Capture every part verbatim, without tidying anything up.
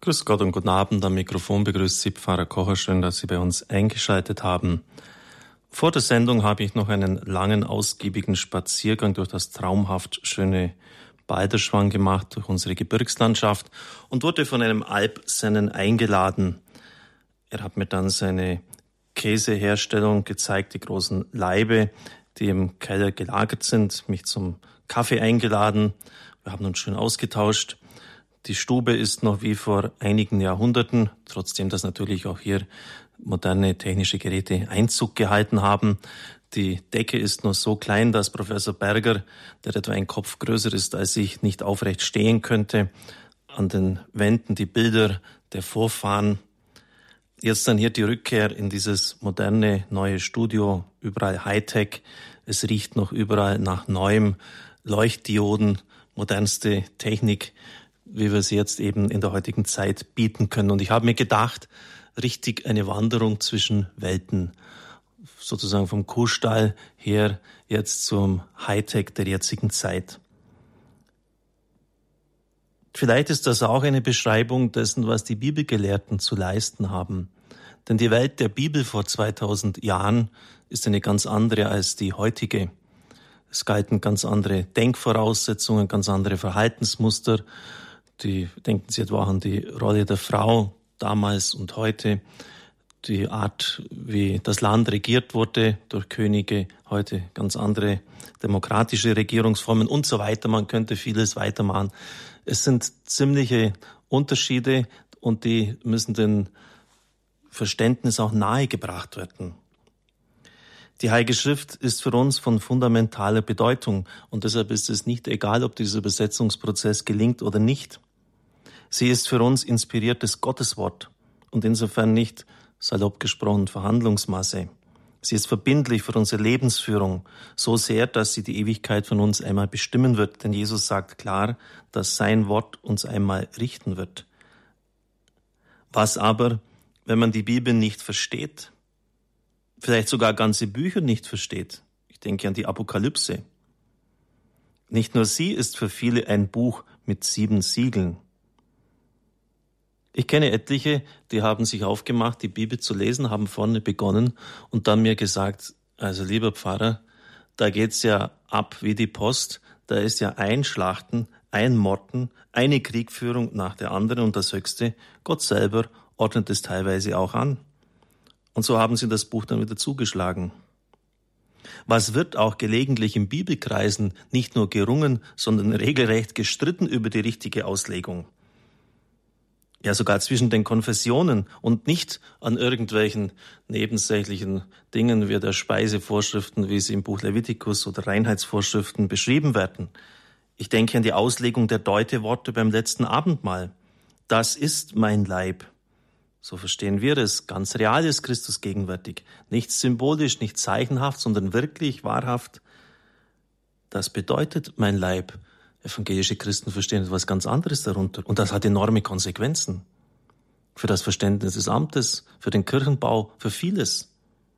Grüß Gott und guten Abend. Am Mikrofon begrüßt Sie Pfarrer Kocher. Schön, dass Sie bei uns eingeschaltet haben. Vor der Sendung habe ich noch einen langen, ausgiebigen Spaziergang durch das traumhaft schöne Balderschwang gemacht, durch unsere Gebirgslandschaft und wurde von einem Alpsennen eingeladen. Er hat mir dann seine Käseherstellung gezeigt, die großen Laibe, die im Keller gelagert sind, mich zum Kaffee eingeladen. Wir haben uns schön ausgetauscht. Die Stube ist noch wie vor einigen Jahrhunderten, trotzdem dass natürlich auch hier moderne technische Geräte Einzug gehalten haben. Die Decke ist noch so klein, dass Professor Berger, der etwa einen Kopf größer ist als ich, nicht aufrecht stehen könnte. An den Wänden die Bilder der Vorfahren. Jetzt dann hier die Rückkehr in dieses moderne, neue Studio, überall Hightech. Es riecht noch überall nach neuem, Leuchtdioden, modernste Technik, wie wir sie jetzt eben in der heutigen Zeit bieten können. Und ich habe mir gedacht, richtig eine Wanderung zwischen Welten, sozusagen vom Kuhstall her jetzt zum Hightech der jetzigen Zeit. Vielleicht ist das auch eine Beschreibung dessen, was die Bibelgelehrten zu leisten haben. Denn die Welt der Bibel vor zweitausend Jahren ist eine ganz andere als die heutige. Es galten ganz andere Denkvoraussetzungen, ganz andere Verhaltensmuster. Die, denken Sie etwa auch an die Rolle der Frau damals und heute, die Art, wie das Land regiert wurde durch Könige, heute ganz andere demokratische Regierungsformen und so weiter. Man könnte vieles weitermachen. Es sind ziemliche Unterschiede und die müssen dem Verständnis auch nahegebracht werden. Die Heilige Schrift ist für uns von fundamentaler Bedeutung und deshalb ist es nicht egal, ob dieser Übersetzungsprozess gelingt oder nicht. Sie ist für uns inspiriertes Gotteswort und insofern nicht, salopp gesprochen, Verhandlungsmasse. Sie ist verbindlich für unsere Lebensführung, so sehr, dass sie die Ewigkeit von uns einmal bestimmen wird. Denn Jesus sagt klar, dass sein Wort uns einmal richten wird. Was aber, wenn man die Bibel nicht versteht, vielleicht sogar ganze Bücher nicht versteht? Ich denke an die Apokalypse. Nicht nur sie ist für viele ein Buch mit sieben Siegeln. Ich kenne etliche, die haben sich aufgemacht, die Bibel zu lesen, haben vorne begonnen und dann mir gesagt, also lieber Pfarrer, da geht's ja ab wie die Post, da ist ja ein Schlachten, ein Morden, eine Kriegführung nach der anderen und das Höchste, Gott selber ordnet es teilweise auch an. Und so haben sie das Buch dann wieder zugeschlagen. Was wird auch gelegentlich in Bibelkreisen nicht nur gerungen, sondern regelrecht gestritten über die richtige Auslegung. Ja, sogar zwischen den Konfessionen und nicht an irgendwelchen nebensächlichen Dingen wie der Speisevorschriften, wie sie im Buch Levitikus oder Reinheitsvorschriften beschrieben werden. Ich denke an die Auslegung der Deuteworte beim letzten Abendmahl. Das ist mein Leib. So verstehen wir es. Ganz real ist Christus gegenwärtig. Nicht symbolisch, nicht zeichenhaft, sondern wirklich, wahrhaft. Das bedeutet mein Leib. Evangelische Christen verstehen etwas ganz anderes darunter. Und das hat enorme Konsequenzen. Für das Verständnis des Amtes, für den Kirchenbau, für vieles.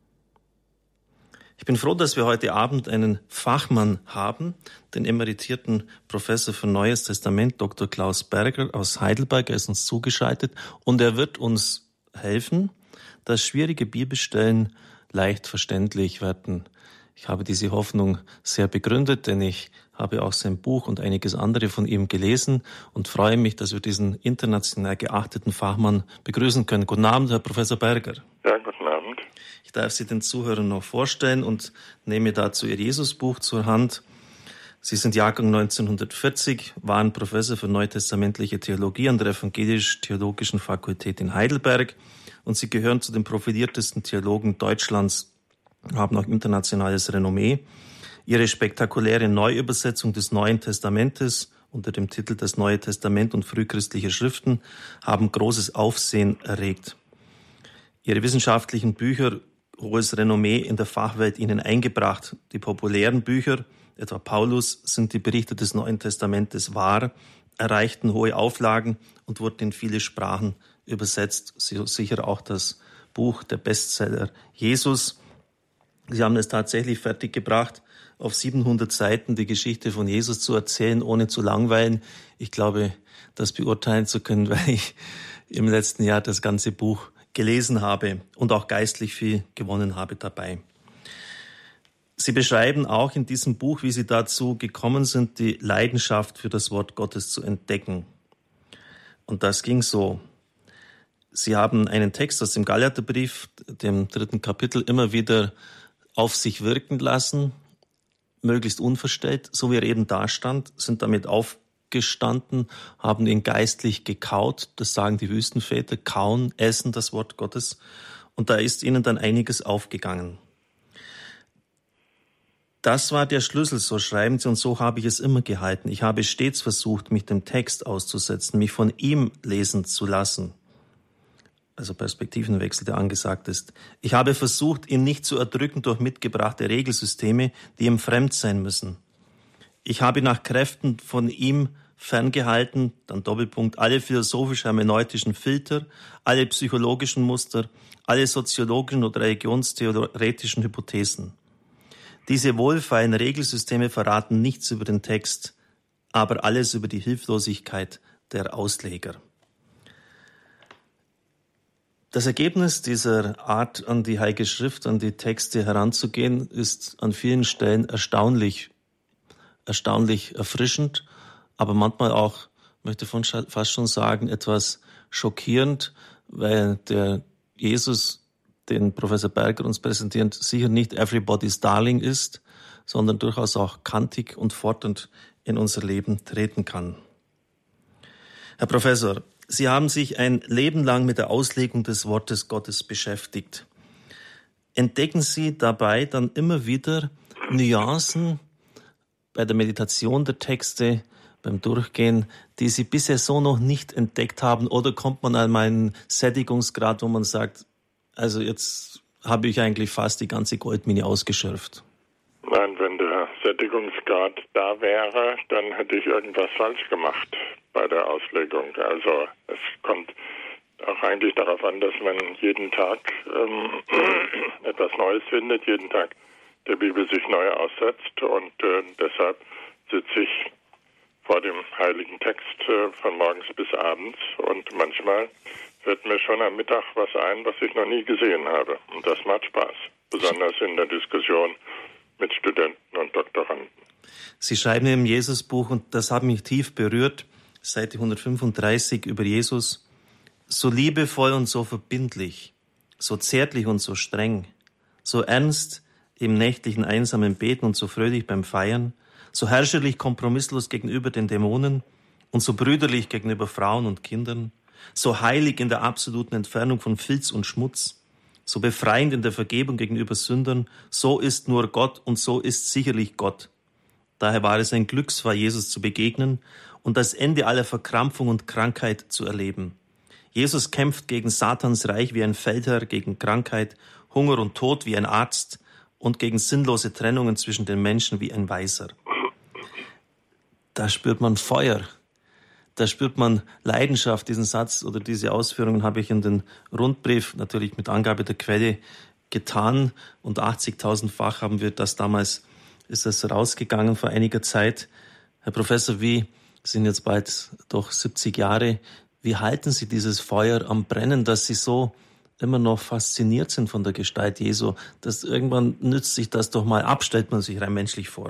Ich bin froh, dass wir heute Abend einen Fachmann haben, den emeritierten Professor für Neues Testament, Doktor Klaus Berger aus Heidelberg. Er ist uns zugeschaltet und er wird uns helfen, dass schwierige Bibelstellen leicht verständlich werden. Ich habe diese Hoffnung sehr begründet, denn ich habe auch sein Buch und einiges andere von ihm gelesen und freue mich, dass wir diesen international geachteten Fachmann begrüßen können. Guten Abend, Herr Professor Berger. Ja, guten Abend. Ich darf Sie den Zuhörern noch vorstellen und nehme dazu Ihr Jesusbuch zur Hand. Sie sind Jahrgang neunzehnhundertvierzig, waren Professor für neutestamentliche Theologie an der Evangelisch-Theologischen Fakultät in Heidelberg und Sie gehören zu den profiliertesten Theologen Deutschlands, haben auch internationales Renommee. Ihre spektakuläre Neuübersetzung des Neuen Testamentes unter dem Titel Das Neue Testament und frühchristliche Schriften haben großes Aufsehen erregt. Ihre wissenschaftlichen Bücher, hohes Renommee in der Fachwelt ihnen eingebracht. Die populären Bücher, etwa Paulus, sind die Berichte des Neuen Testamentes wahr, erreichten hohe Auflagen und wurden in viele Sprachen übersetzt. Sicher auch das Buch, der Bestseller Jesus. Sie haben es tatsächlich fertiggebracht, auf siebenhundert Seiten die Geschichte von Jesus zu erzählen, ohne zu langweilen. Ich glaube, das beurteilen zu können, weil ich im letzten Jahr das ganze Buch gelesen habe und auch geistlich viel gewonnen habe dabei. Sie beschreiben auch in diesem Buch, wie Sie dazu gekommen sind, die Leidenschaft für das Wort Gottes zu entdecken. Und das ging so. Sie haben einen Text aus dem Galaterbrief, dem dritten Kapitel, immer wieder auf sich wirken lassen, möglichst unverstellt, so wie er eben da stand, sind damit aufgestanden, haben ihn geistlich gekaut, das sagen die Wüstenväter, kauen, essen das Wort Gottes. Und da ist ihnen dann einiges aufgegangen. Das war der Schlüssel, so schreiben sie, und so habe ich es immer gehalten. Ich habe stets versucht, mich dem Text auszusetzen, mich von ihm lesen zu lassen. Also Perspektivenwechsel, der angesagt ist. Ich habe versucht, ihn nicht zu erdrücken durch mitgebrachte Regelsysteme, die ihm fremd sein müssen. Ich habe nach Kräften von ihm ferngehalten, dann Doppelpunkt, alle philosophisch-hermeneutischen Filter, alle psychologischen Muster, alle soziologischen oder religionstheoretischen Hypothesen. Diese wohlfeilen Regelsysteme verraten nichts über den Text, aber alles über die Hilflosigkeit der Ausleger. Das Ergebnis dieser Art, an die Heilige Schrift, an die Texte heranzugehen, ist an vielen Stellen erstaunlich, erstaunlich erfrischend, aber manchmal auch, möchte ich fast schon sagen, etwas schockierend, weil der Jesus, den Professor Berger uns präsentiert, sicher nicht everybody's darling ist, sondern durchaus auch kantig und fordernd in unser Leben treten kann. Herr Professor, Sie haben sich ein Leben lang mit der Auslegung des Wortes Gottes beschäftigt. Entdecken Sie dabei dann immer wieder Nuancen bei der Meditation der Texte, beim Durchgehen, die Sie bisher so noch nicht entdeckt haben? Oder kommt man an einen Sättigungsgrad, wo man sagt, also jetzt habe ich eigentlich fast die ganze Goldmine ausgeschöpft? Nein, wenn der Sättigungsgrad da wäre, dann hätte ich irgendwas falsch gemacht bei der Auslegung. Also es kommt auch eigentlich darauf an, dass man jeden Tag ähm, etwas Neues findet, jeden Tag der Bibel sich neu aussetzt. Und äh, deshalb sitze ich vor dem heiligen Text äh, von morgens bis abends und manchmal fällt mir schon am Mittag was ein, was ich noch nie gesehen habe. Und das macht Spaß, besonders in der Diskussion mit Studenten und Doktoranden. Sie schreiben im Jesusbuch, und das hat mich tief berührt, Seite hundertfünfunddreißig über Jesus, so liebevoll und so verbindlich, so zärtlich und so streng, so ernst im nächtlichen einsamen Beten und so fröhlich beim Feiern, so herrscherlich kompromisslos gegenüber den Dämonen und so brüderlich gegenüber Frauen und Kindern, so heilig in der absoluten Entfernung von Filz und Schmutz, so befreiend in der Vergebung gegenüber Sündern, so ist nur Gott und so ist sicherlich Gott. Daher war es ein Glücksfall, Jesus zu begegnen und das Ende aller Verkrampfung und Krankheit zu erleben. Jesus kämpft gegen Satans Reich wie ein Feldherr, gegen Krankheit, Hunger und Tod wie ein Arzt und gegen sinnlose Trennungen zwischen den Menschen wie ein Weiser. Da spürt man Feuer. Da spürt man Leidenschaft. Diesen Satz oder diese Ausführungen habe ich in den Rundbrief, natürlich mit Angabe der Quelle, getan. Und achtzigtausendfach haben wir das damals, ist das rausgegangen vor einiger Zeit. Herr Professor, wie sind jetzt bald doch siebzig Jahre, wie halten Sie dieses Feuer am Brennen, dass Sie so immer noch fasziniert sind von der Gestalt Jesu? Dass irgendwann nützt sich das doch mal ab, stellt man sich rein menschlich vor.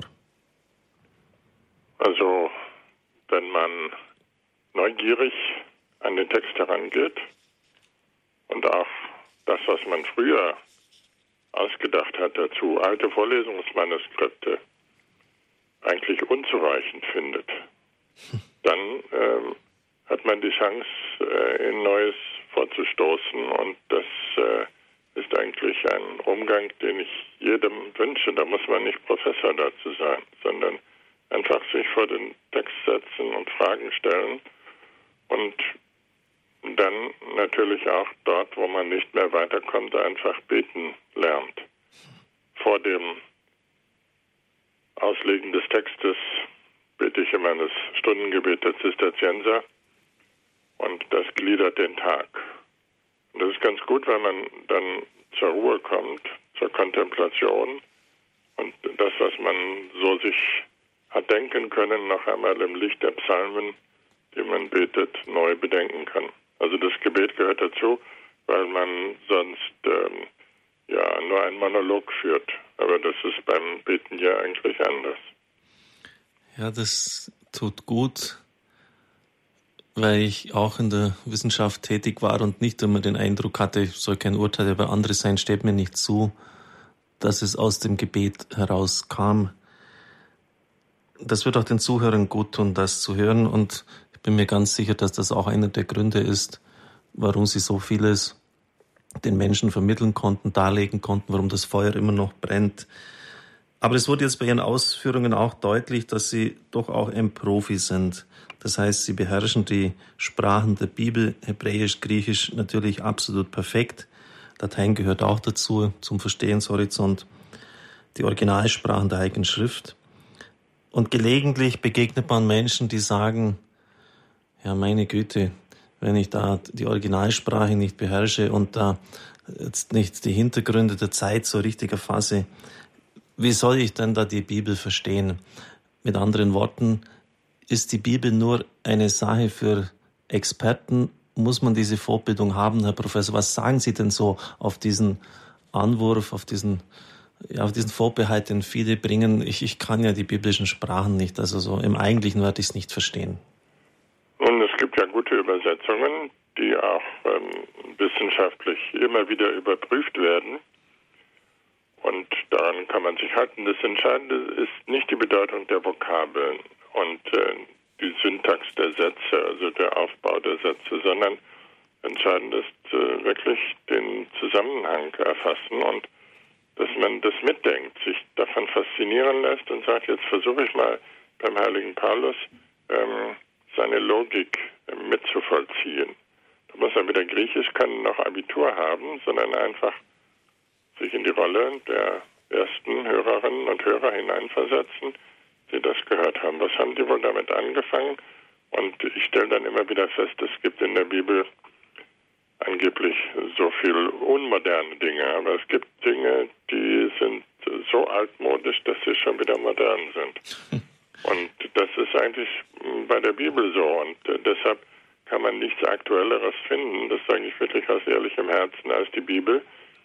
Also, wenn man neugierig an den Text herangeht und auch das, was man früher ausgedacht hat dazu, alte Vorlesungsmanuskripte, eigentlich unzureichend findet, dann ähm, hat man die Chance, äh, in Neues vorzustoßen. Und das äh, ist eigentlich ein Umgang, den ich jedem wünsche. Da muss man nicht Professor dazu sein, sondern einfach sich vor den Text setzen und Fragen stellen und dann natürlich auch dort, wo man nicht mehr weiterkommt, einfach beten lernt. Vor dem Auslegen des Textes bete ich immer das Stundengebet der Zisterzienser und das gliedert den Tag. Und das ist ganz gut, wenn man dann zur Ruhe kommt, zur Kontemplation und das, was man so sich hat denken können, noch einmal im Licht der Psalmen, die man betet, neu bedenken kann. Also das Gebet gehört dazu, weil man sonst ähm, ja nur einen Monolog führt. Aber das ist beim Beten ja eigentlich anders. Ja, das tut gut, weil ich auch in der Wissenschaft tätig war und nicht immer den Eindruck hatte, ich soll kein Urteil über andere sein, steht mir nicht zu, dass es aus dem Gebet herauskam. Das wird auch den Zuhörern gut tun, das zu hören, und ich bin mir ganz sicher, dass das auch einer der Gründe ist, warum sie so vieles den Menschen vermitteln konnten, darlegen konnten, warum das Feuer immer noch brennt. Aber es wurde jetzt bei Ihren Ausführungen auch deutlich, dass Sie doch auch ein Profi sind. Das heißt, Sie beherrschen die Sprachen der Bibel, Hebräisch, Griechisch natürlich absolut perfekt. Latein gehört auch dazu, zum Verstehenshorizont. Die Originalsprachen der Heiligen Schrift. Und gelegentlich begegnet man Menschen, die sagen, ja, meine Güte, wenn ich da die Originalsprache nicht beherrsche und da jetzt nicht die Hintergründe der Zeit so richtig erfasse, wie soll ich denn da die Bibel verstehen? Mit anderen Worten, ist die Bibel nur eine Sache für Experten? Muss man diese Fortbildung haben, Herr Professor? Was sagen Sie denn so auf diesen Anwurf, auf diesen, ja, auf diesen Vorbehalt, den viele bringen? Ich, ich kann ja die biblischen Sprachen nicht, also so im Eigentlichen werde ich es nicht verstehen. Und es gibt ja gute Übersetzungen, die auch ähm, wissenschaftlich immer wieder überprüft werden. Und daran kann man sich halten. Das Entscheidende ist nicht die Bedeutung der Vokabeln und äh, die Syntax der Sätze, also der Aufbau der Sätze, sondern entscheidend ist äh, wirklich den Zusammenhang erfassen und dass man das mitdenkt, sich davon faszinieren lässt und sagt, jetzt versuche ich mal beim heiligen Paulus ähm, seine Logik äh, mitzuvollziehen. Da muss er weder Griechisch können noch Abitur haben, sondern einfach sich in die Rolle der ersten Hörerinnen und Hörer hineinversetzen, die das gehört haben. Was haben die wohl damit angefangen? Und ich stelle dann immer wieder fest, es gibt in der Bibel angeblich so viel unmoderne Dinge, aber es gibt Dinge, die sind so altmodisch, dass sie schon wieder modern sind. Und das ist eigentlich bei der Bibel so und deshalb kann man nichts Aktuelleres finden, das sage ich wirklich aus ehrlichem Herzen, als die Bibel,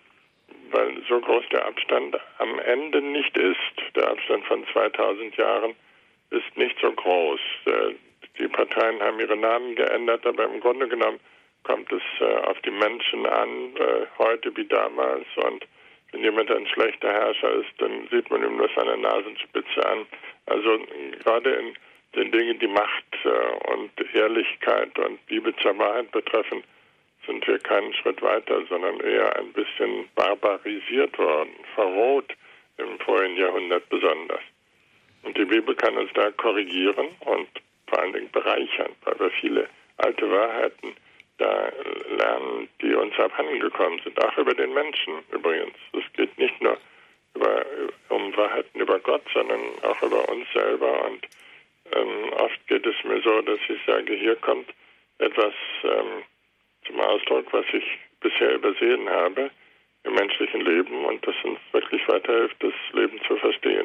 weil so groß der Abstand am Ende nicht ist. Der Abstand von zweitausend Jahren ist nicht so groß. Die Parteien haben ihre Namen geändert, aber im Grunde genommen kommt es auf die Menschen an, heute wie damals. Und wenn jemand ein schlechter Herrscher ist, dann sieht man ihm nur seine Nasenspitze an. Also gerade in den Dingen, die Macht und Ehrlichkeit und Liebe zur Wahrheit betreffen, sind wir keinen Schritt weiter, sondern eher ein bisschen barbarisiert worden, verroht im vorigen Jahrhundert besonders. Und die Bibel kann uns da korrigieren und vor allen Dingen bereichern, weil wir viele alte Wahrheiten da lernen, die uns abhandengekommen sind, auch über den Menschen übrigens. Es geht nicht nur über, um Wahrheiten über Gott, sondern auch über uns selber. Und ähm, oft geht es mir so, dass ich sage, hier kommt etwas ähm, zum Ausdruck, was ich bisher übersehen habe im menschlichen Leben und das uns wirklich weiterhilft, das Leben zu verstehen.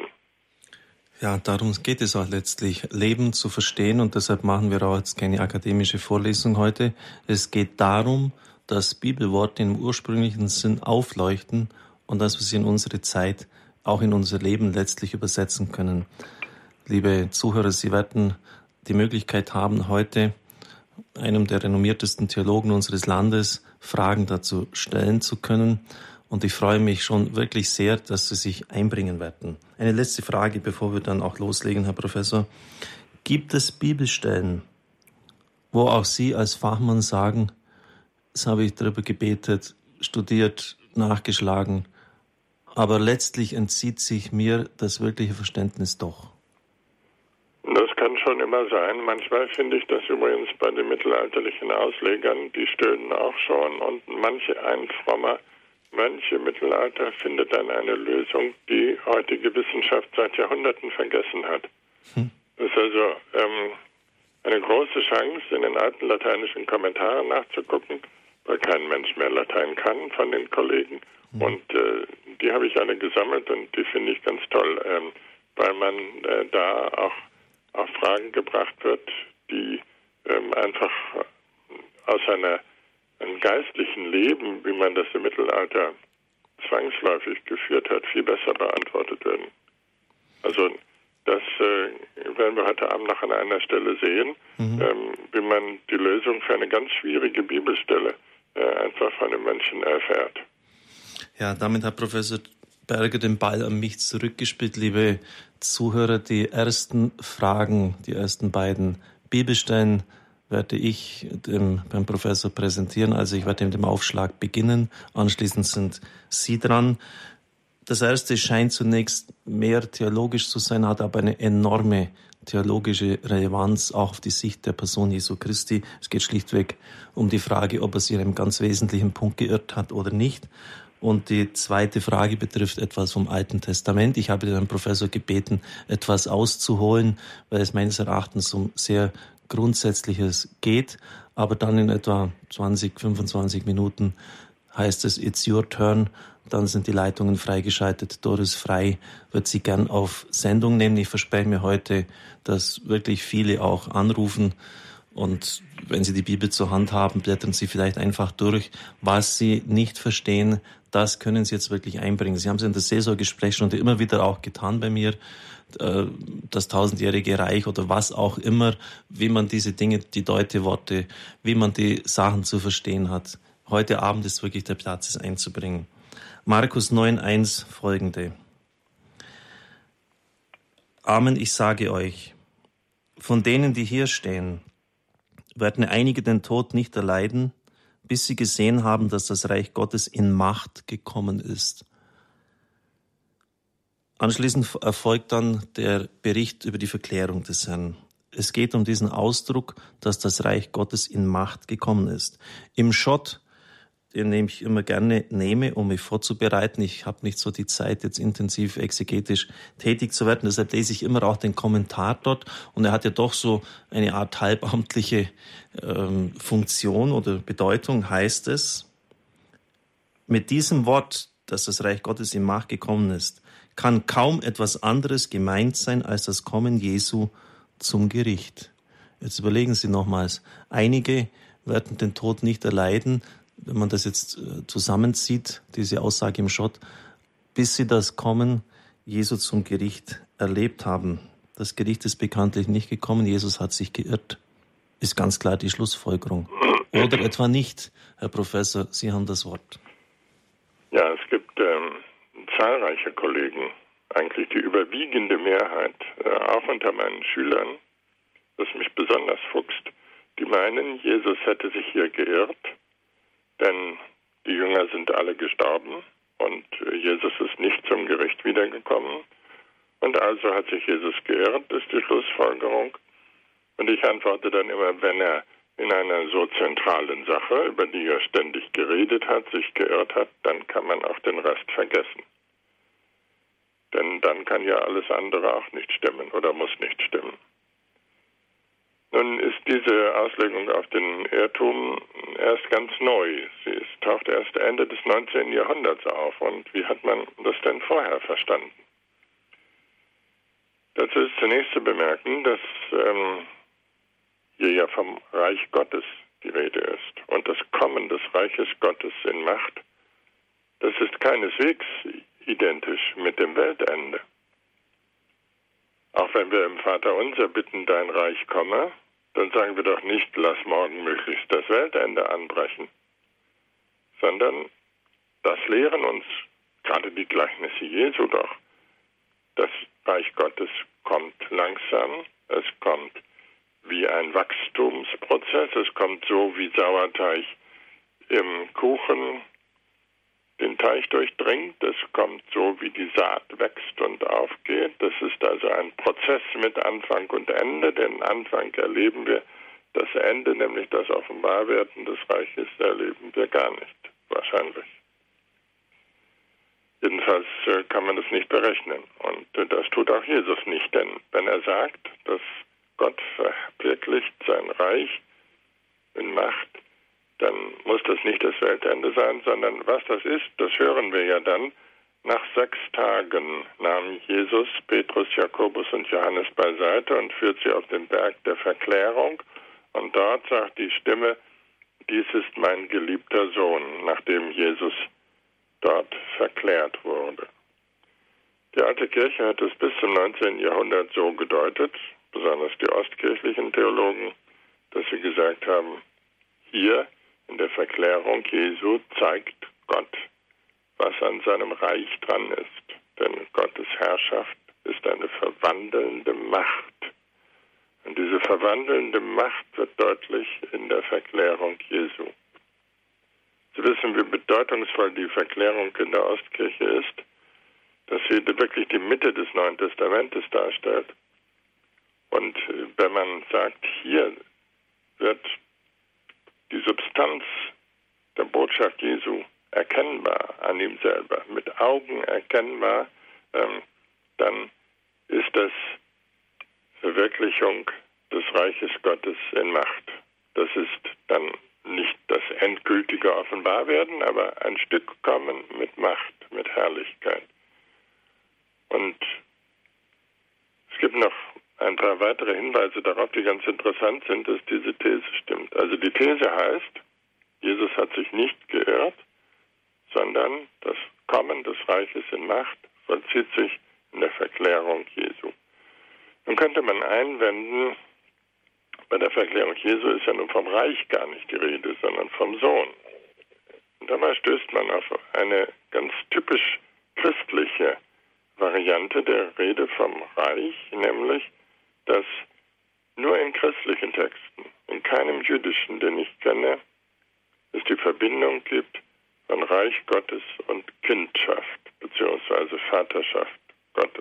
Ja, darum geht es auch letztlich, Leben zu verstehen, und deshalb machen wir auch jetzt keine akademische Vorlesung heute. Es geht darum, dass Bibelworte im ursprünglichen Sinn aufleuchten und dass wir sie in unsere Zeit, auch in unser Leben letztlich übersetzen können. Liebe Zuhörer, Sie werden die Möglichkeit haben, heute einem der renommiertesten Theologen unseres Landes Fragen dazu stellen zu können. Und ich freue mich schon wirklich sehr, dass Sie sich einbringen werden. Eine letzte Frage, bevor wir dann auch loslegen, Herr Professor. Gibt es Bibelstellen, wo auch Sie als Fachmann sagen, das habe ich darüber gebetet, studiert, nachgeschlagen, aber letztlich entzieht sich mir das wirkliche Verständnis doch? Das kann schon immer sein. Manchmal finde ich das übrigens bei den mittelalterlichen Auslegern, die stöhnen auch schon und manche ein frommer Mönch im Mittelalter findet dann eine Lösung, die heutige Wissenschaft seit Jahrhunderten vergessen hat. Hm. Das ist also ähm, eine große Chance, in den alten lateinischen Kommentaren nachzugucken, weil kein Mensch mehr Latein kann von den Kollegen. Hm. Und äh, die habe ich alle gesammelt und die finde ich ganz toll, ähm, weil man äh, da auch auf Fragen gebracht wird, die ähm, einfach aus einer einem geistlichen Leben, wie man das im Mittelalter zwangsläufig geführt hat, viel besser beantwortet werden. Also das äh, werden wir heute Abend noch an einer Stelle sehen, mhm. ähm, wie man die Lösung für eine ganz schwierige Bibelstelle äh, einfach von den Menschen erfährt. Ja, damit hat Professor Berger den Ball an mich zurückgespielt. Liebe Zuhörer, die ersten Fragen, die ersten beiden Bibelstellen werde ich dem, beim Professor präsentieren. Also ich werde mit dem Aufschlag beginnen. Anschließend sind Sie dran. Das erste scheint zunächst mehr theologisch zu sein, hat aber eine enorme theologische Relevanz auch auf die Sicht der Person Jesu Christi. Es geht schlichtweg um die Frage, ob er sich in einem ganz wesentlichen Punkt geirrt hat oder nicht. Und die zweite Frage betrifft etwas vom Alten Testament. Ich habe den Herrn Professor gebeten, etwas auszuholen, weil es meines Erachtens um sehr Grundsätzliches geht. Aber dann in etwa zwanzig, fünfundzwanzig Minuten heißt es, it's your turn. Dann sind die Leitungen freigeschaltet. Doris Frei wird Sie gern auf Sendung nehmen. Ich verspreche mir heute, dass wirklich viele auch anrufen. Und wenn Sie die Bibel zur Hand haben, blättern Sie vielleicht einfach durch. Was Sie nicht verstehen, das können Sie jetzt wirklich einbringen. Sie haben es in der Seelsorgegesprächsstunde immer wieder auch getan bei mir. Das tausendjährige Reich oder was auch immer, wie man diese Dinge, die Deuteworte, wie man die Sachen zu verstehen hat. Heute Abend ist wirklich der Platz, es einzubringen. Markus neun eins folgende. Amen, ich sage euch, von denen, die hier stehen, werden einige den Tod nicht erleiden, bis sie gesehen haben, dass das Reich Gottes in Macht gekommen ist. Anschließend erfolgt dann der Bericht über die Verklärung des Herrn. Es geht um diesen Ausdruck, dass das Reich Gottes in Macht gekommen ist. Im Schott, den ich immer gerne nehme, um mich vorzubereiten. Ich habe nicht so die Zeit, jetzt intensiv exegetisch tätig zu werden. Deshalb lese ich immer auch den Kommentar dort. Und er hat ja doch so eine Art halbamtliche ähm, Funktion oder Bedeutung, heißt es. Mit diesem Wort, dass das Reich Gottes in Macht gekommen ist, kann kaum etwas anderes gemeint sein als das Kommen Jesu zum Gericht. Jetzt überlegen Sie nochmals. Einige werden den Tod nicht erleiden, wenn man das jetzt zusammenzieht, diese Aussage im Schott, bis sie das Kommen Jesu zum Gericht erlebt haben. Das Gericht ist bekanntlich nicht gekommen, Jesus hat sich geirrt. Ist ganz klar die Schlussfolgerung. Oder etwa nicht, Herr Professor, Sie haben das Wort. Ja, es gibt ähm, zahlreiche Kollegen, eigentlich die überwiegende Mehrheit, äh, auch unter meinen Schülern, das mich besonders fuchst, die meinen, Jesus hätte sich hier geirrt, denn die Jünger sind alle gestorben und Jesus ist nicht zum Gericht wiedergekommen. Und also hat sich Jesus geirrt, ist die Schlussfolgerung. Und ich antworte dann immer, wenn er in einer so zentralen Sache, über die er ständig geredet hat, sich geirrt hat, dann kann man auch den Rest vergessen. Denn dann kann ja alles andere auch nicht stimmen oder muss nicht stimmen. Nun ist diese Auslegung auf den Irrtum erst ganz neu. Sie ist, taucht erst Ende des neunzehnten Jahrhunderts auf. Und wie hat man das denn vorher verstanden? Dazu ist zunächst zu bemerken, dass ähm, hier ja vom Reich Gottes die Rede ist. Und das Kommen des Reiches Gottes in Macht, das ist keineswegs identisch mit dem Weltende. Auch wenn wir im Vaterunser bitten, dein Reich komme, dann sagen wir doch nicht, lass morgen möglichst das Weltende anbrechen, sondern das lehren uns gerade die Gleichnisse Jesu doch. Das Reich Gottes kommt langsam, es kommt wie ein Wachstumsprozess, es kommt so wie Sauerteig im Kuchen den Teich durchdringt, es kommt so, wie die Saat wächst und aufgeht. Das ist also ein Prozess mit Anfang und Ende. Den Anfang erleben wir, das Ende, nämlich das Offenbarwerden des Reiches, erleben wir gar nicht, wahrscheinlich. Jedenfalls äh, kann man das nicht berechnen. Und äh, das tut auch Jesus nicht, denn wenn er sagt, dass Gott verwirklicht sein Reich in Macht, dann muss das nicht das Weltende sein, sondern was das ist, das hören wir ja dann. Nach sechs Tagen nahm Jesus Petrus, Jakobus und Johannes beiseite und führt sie auf den Berg der Verklärung. Und dort sagt die Stimme, dies ist mein geliebter Sohn, nachdem Jesus dort verklärt wurde. Die alte Kirche hat es bis zum neunzehnten Jahrhundert so gedeutet, besonders die ostkirchlichen Theologen, dass sie gesagt haben, hier in der Verklärung Jesu zeigt Gott, was an seinem Reich dran ist. Denn Gottes Herrschaft ist eine verwandelnde Macht. Und diese verwandelnde Macht wird deutlich in der Verklärung Jesu. Sie wissen, wie bedeutungsvoll die Verklärung in der Ostkirche ist, dass sie wirklich die Mitte des Neuen Testamentes darstellt. Und wenn man sagt, hier wird die Substanz der Botschaft Jesu erkennbar an ihm selber, mit Augen erkennbar, ähm, dann ist das Verwirklichung des Reiches Gottes in Macht. Das ist dann nicht das endgültige Offenbarwerden, aber ein Stück kommen mit Macht, mit Herrlichkeit. Und es gibt noch ein paar weitere Hinweise darauf, die ganz interessant sind, dass diese These stimmt. Also die These heißt, Jesus hat sich nicht geirrt, sondern das Kommen des Reiches in Macht vollzieht sich in der Verklärung Jesu. Nun könnte man einwenden, bei der Verklärung Jesu ist ja nun vom Reich gar nicht die Rede, sondern vom Sohn. Und dabei stößt man auf eine ganz typisch christliche Variante der Rede vom Reich, nämlich, dass nur in christlichen Texten, in keinem jüdischen, den ich kenne, es die Verbindung gibt von Reich Gottes und Kindschaft, beziehungsweise Vaterschaft Gottes.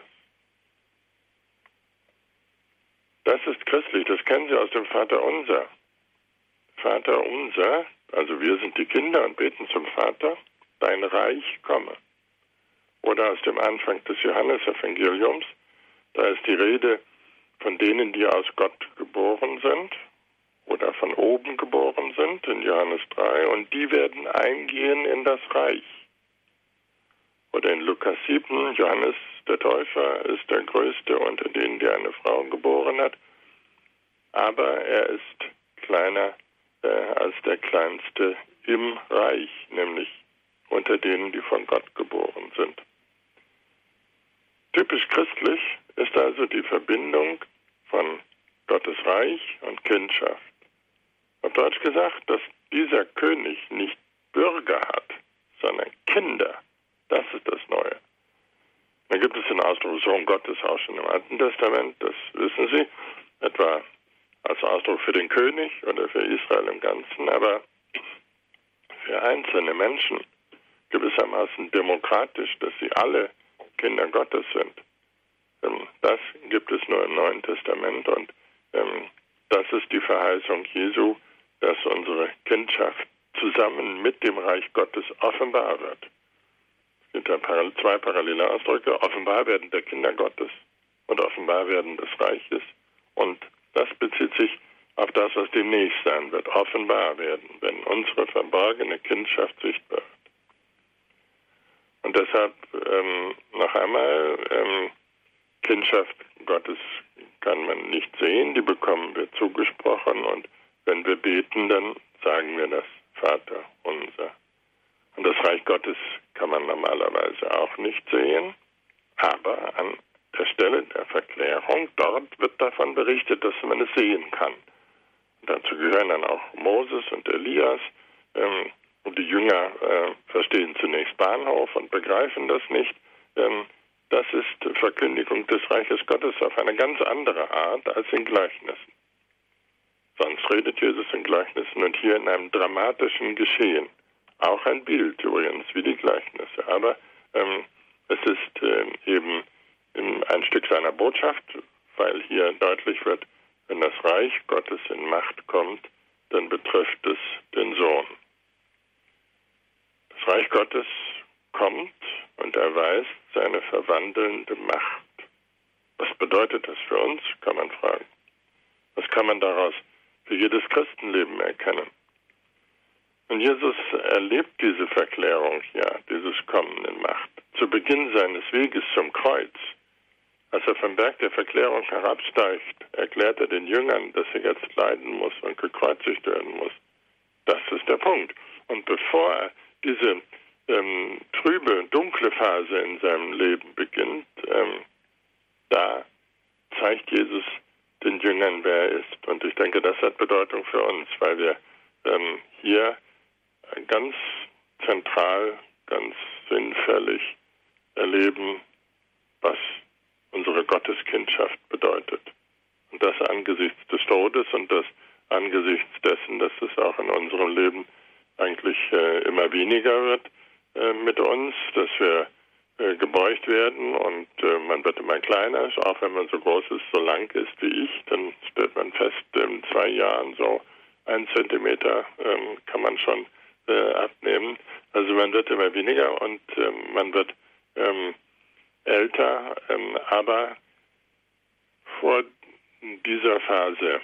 Das ist christlich, das kennen Sie aus dem Vater Unser. Vater Unser, also wir sind die Kinder und beten zum Vater, dein Reich komme. Oder aus dem Anfang des Johannesevangeliums, da ist die Rede von denen, die aus Gott geboren sind oder von oben geboren sind, in Johannes drei, und die werden eingehen in das Reich. Oder in Lukas sieben, Johannes der Täufer ist der Größte unter denen, die eine Frau geboren hat, aber er ist kleiner äh, als der Kleinste im Reich, nämlich unter denen, die von Gott geboren sind. Typisch christlich ist also die Verbindung von Gottes Reich und Kindschaft. Auf Deutsch gesagt, dass dieser König nicht Bürger hat, sondern Kinder. Das ist das Neue. Dann gibt es den Ausdruck Sohn Gottes auch schon im Alten Testament, das wissen Sie, etwa als Ausdruck für den König oder für Israel im Ganzen, aber für einzelne Menschen gewissermaßen demokratisch, dass sie alle Kinder Gottes sind. Das gibt es nur im Neuen Testament und ähm, das ist die Verheißung Jesu, dass unsere Kindschaft zusammen mit dem Reich Gottes offenbar wird. Es gibt ja zwei parallele Ausdrücke, offenbar werden der Kinder Gottes und offenbar werden des Reiches. Und das bezieht sich auf das, was demnächst sein wird, offenbar werden, wenn unsere verborgene Kindschaft sichtbar wird. Und deshalb ähm, noch einmal, ähm, Kindschaft Gottes kann man nicht sehen, die bekommen wir zugesprochen und wenn wir beten, dann sagen wir das Vater unser. Und das Reich Gottes kann man normalerweise auch nicht sehen, aber an der Stelle der Verklärung, dort wird davon berichtet, dass man es sehen kann. Und dazu gehören dann auch Moses und Elias. Ähm, und die Jünger äh, verstehen zunächst Bahnhof und begreifen das nicht. Ähm, das ist Verkündigung des Reiches Gottes auf eine ganz andere Art als in Gleichnissen. Sonst redet Jesus in Gleichnissen und hier in einem dramatischen Geschehen. Auch ein Bild übrigens, wie die Gleichnisse. Aber ähm, es ist äh, eben ein Stück seiner Botschaft, weil hier deutlich wird, wenn das Reich Gottes in Macht kommt, dann betrifft es den Sohn. Das Reich Gottes kommt und erweist seine verwandelnde Macht. Was bedeutet das für uns, kann man fragen. Was kann man daraus für jedes Christenleben erkennen? Und Jesus erlebt diese Verklärung, ja, dieses Kommen in Macht. Zu Beginn seines Weges zum Kreuz, als er vom Berg der Verklärung herabsteigt, erklärt er den Jüngern, dass er jetzt leiden muss und gekreuzigt werden muss. Das ist der Punkt. Und bevor diese ähm, trübe, dunkle Phase in seinem Leben beginnt, ähm, da zeigt Jesus den Jüngern, wer er ist. Und ich denke, das hat Bedeutung für uns, weil wir ähm, hier ganz zentral, ganz sinnfällig erleben, was unsere Gotteskindschaft bedeutet. Und das angesichts des Todes und das angesichts dessen, dass es auch in unserem Leben eigentlich äh, immer weniger wird äh, mit uns, dass wir äh, gebeugt werden und äh, man wird immer kleiner, auch wenn man so groß ist, so lang ist wie ich, dann stellt man fest, in zwei Jahren so ein Zentimeter ähm, kann man schon äh, abnehmen. Also man wird immer weniger und ähm, man wird ähm, älter, ähm, aber vor dieser Phase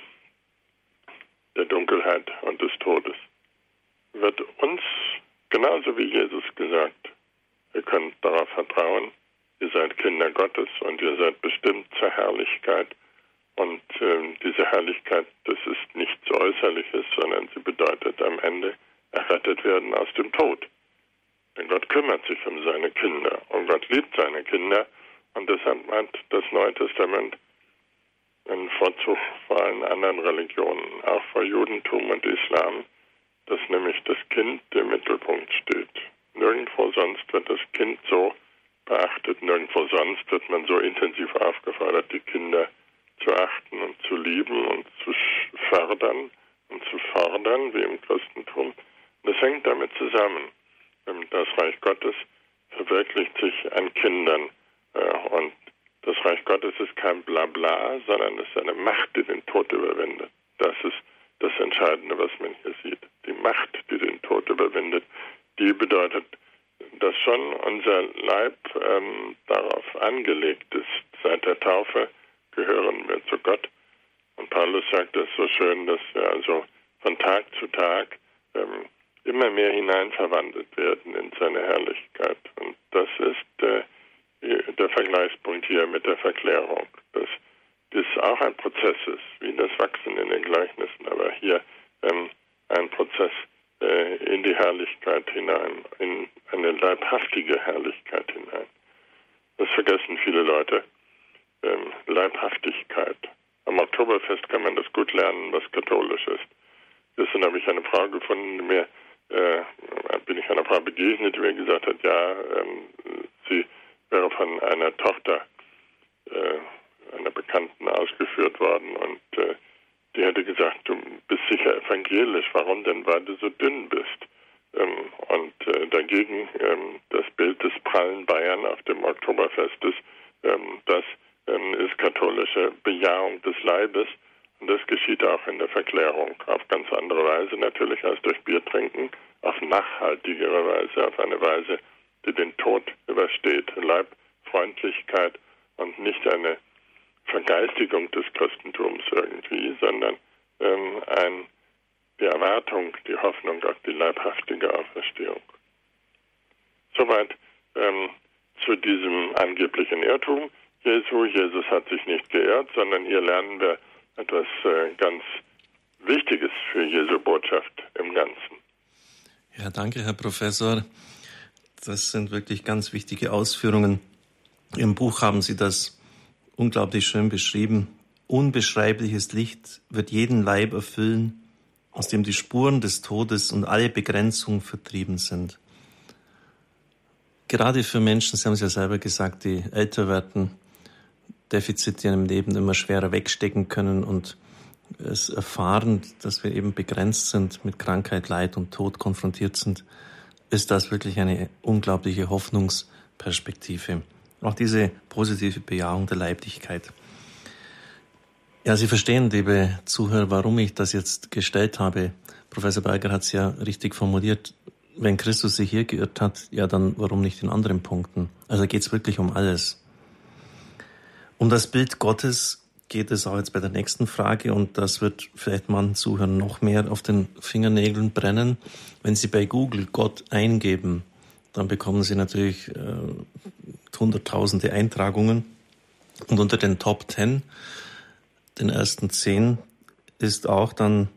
der Dunkelheit und des Todes wird uns, genauso wie Jesus gesagt, ihr könnt darauf vertrauen, ihr seid Kinder Gottes und ihr seid bestimmt zur Herrlichkeit. Und äh, diese Herrlichkeit, das ist nichts Äußerliches, sondern sie bedeutet am Ende errettet werden aus dem Tod. Denn Gott kümmert sich um seine Kinder und Gott liebt seine Kinder. Und deshalb hat das Neue Testament einen Vorzug vor allen anderen Religionen, auch vor Judentum und Islam, dass nämlich das Kind im Mittelpunkt steht. Nirgendwo sonst wird das Kind so beachtet, nirgendwo sonst wird man so intensiv aufgefordert, die Kinder zu achten und zu lieben und zu fördern und zu fordern, wie im Christentum. Und das hängt damit zusammen. Das Reich Gottes verwirklicht sich an Kindern. Und das Reich Gottes ist kein Blabla, sondern es ist eine Macht, die den Tod überwindet. Das ist das Entscheidende, was man hier sieht. Die Macht, die den Tod überwindet, die bedeutet, dass schon unser Leib ähm, darauf angelegt ist. Seit der Taufe gehören wir zu Gott. Und Paulus sagt das so schön, dass wir also von Tag zu Tag ähm, immer mehr hineinverwandelt werden in seine Herrlichkeit. Und das ist äh, der Vergleichspunkt hier mit der Verklärung, dass das auch ein Prozess ist, wie das Wachsen in den Gleichnissen, aber hier ähm, ein Prozess äh, in die Herrlichkeit hinein, in eine leibhaftige Herrlichkeit hinein. Das vergessen viele Leute. Ähm, Leibhaftigkeit. Am Oktoberfest kann man das gut lernen, was katholisch ist. Gestern habe ich eine Frau gefunden, die mir, äh, bin ich einer Frau begegnet, die mir gesagt hat, ja, ähm, sie wäre von einer Tochter äh, einer Bekannten ausgeführt worden und äh, die hätte gesagt, du bist sicher evangelisch, warum denn, weil du so dünn bist? Ähm, und äh, dagegen ähm, das Bild des prallen Bayern auf dem Oktoberfest ist, ähm, das ähm, ist katholische Bejahung des Leibes und das geschieht auch in der Verklärung auf ganz andere Weise natürlich als durch Biertrinken, auf nachhaltigere Weise, auf eine Weise, die den Tod übersteht, Leibfreundlichkeit und nicht eine Vergeistigung des Christentums irgendwie, sondern ähm, ein, die Erwartung, die Hoffnung auf die leibhaftige Auferstehung. Soweit ähm, zu diesem angeblichen Irrtum Jesu. Jesus hat sich nicht geirrt, sondern hier lernen wir etwas äh, ganz Wichtiges für Jesu Botschaft im Ganzen. Ja, danke, Herr Professor. Das sind wirklich ganz wichtige Ausführungen. Im Buch haben Sie das unglaublich schön beschrieben. Unbeschreibliches Licht wird jeden Leib erfüllen, aus dem die Spuren des Todes und alle Begrenzung vertrieben sind. Gerade für Menschen, Sie haben es ja selber gesagt, die älter werden, Defizite im Leben immer schwerer wegstecken können und es erfahren, dass wir eben begrenzt sind, mit Krankheit, Leid und Tod konfrontiert sind, ist das wirklich eine unglaubliche Hoffnungsperspektive. Auch diese positive Bejahung der Leiblichkeit. Ja, Sie verstehen, liebe Zuhörer, warum ich das jetzt gestellt habe. Professor Berger hat es ja richtig formuliert. Wenn Christus sich hier geirrt hat, ja dann warum nicht in anderen Punkten? Also geht es wirklich um alles. Um das Bild Gottes geht es auch jetzt bei der nächsten Frage und das wird vielleicht manchen Zuhörern noch mehr auf den Fingernägeln brennen. Wenn Sie bei Google Gott eingeben, dann bekommen Sie natürlich äh, hunderttausende Eintragungen und unter den Top Ten, den ersten zehn, ist auch dann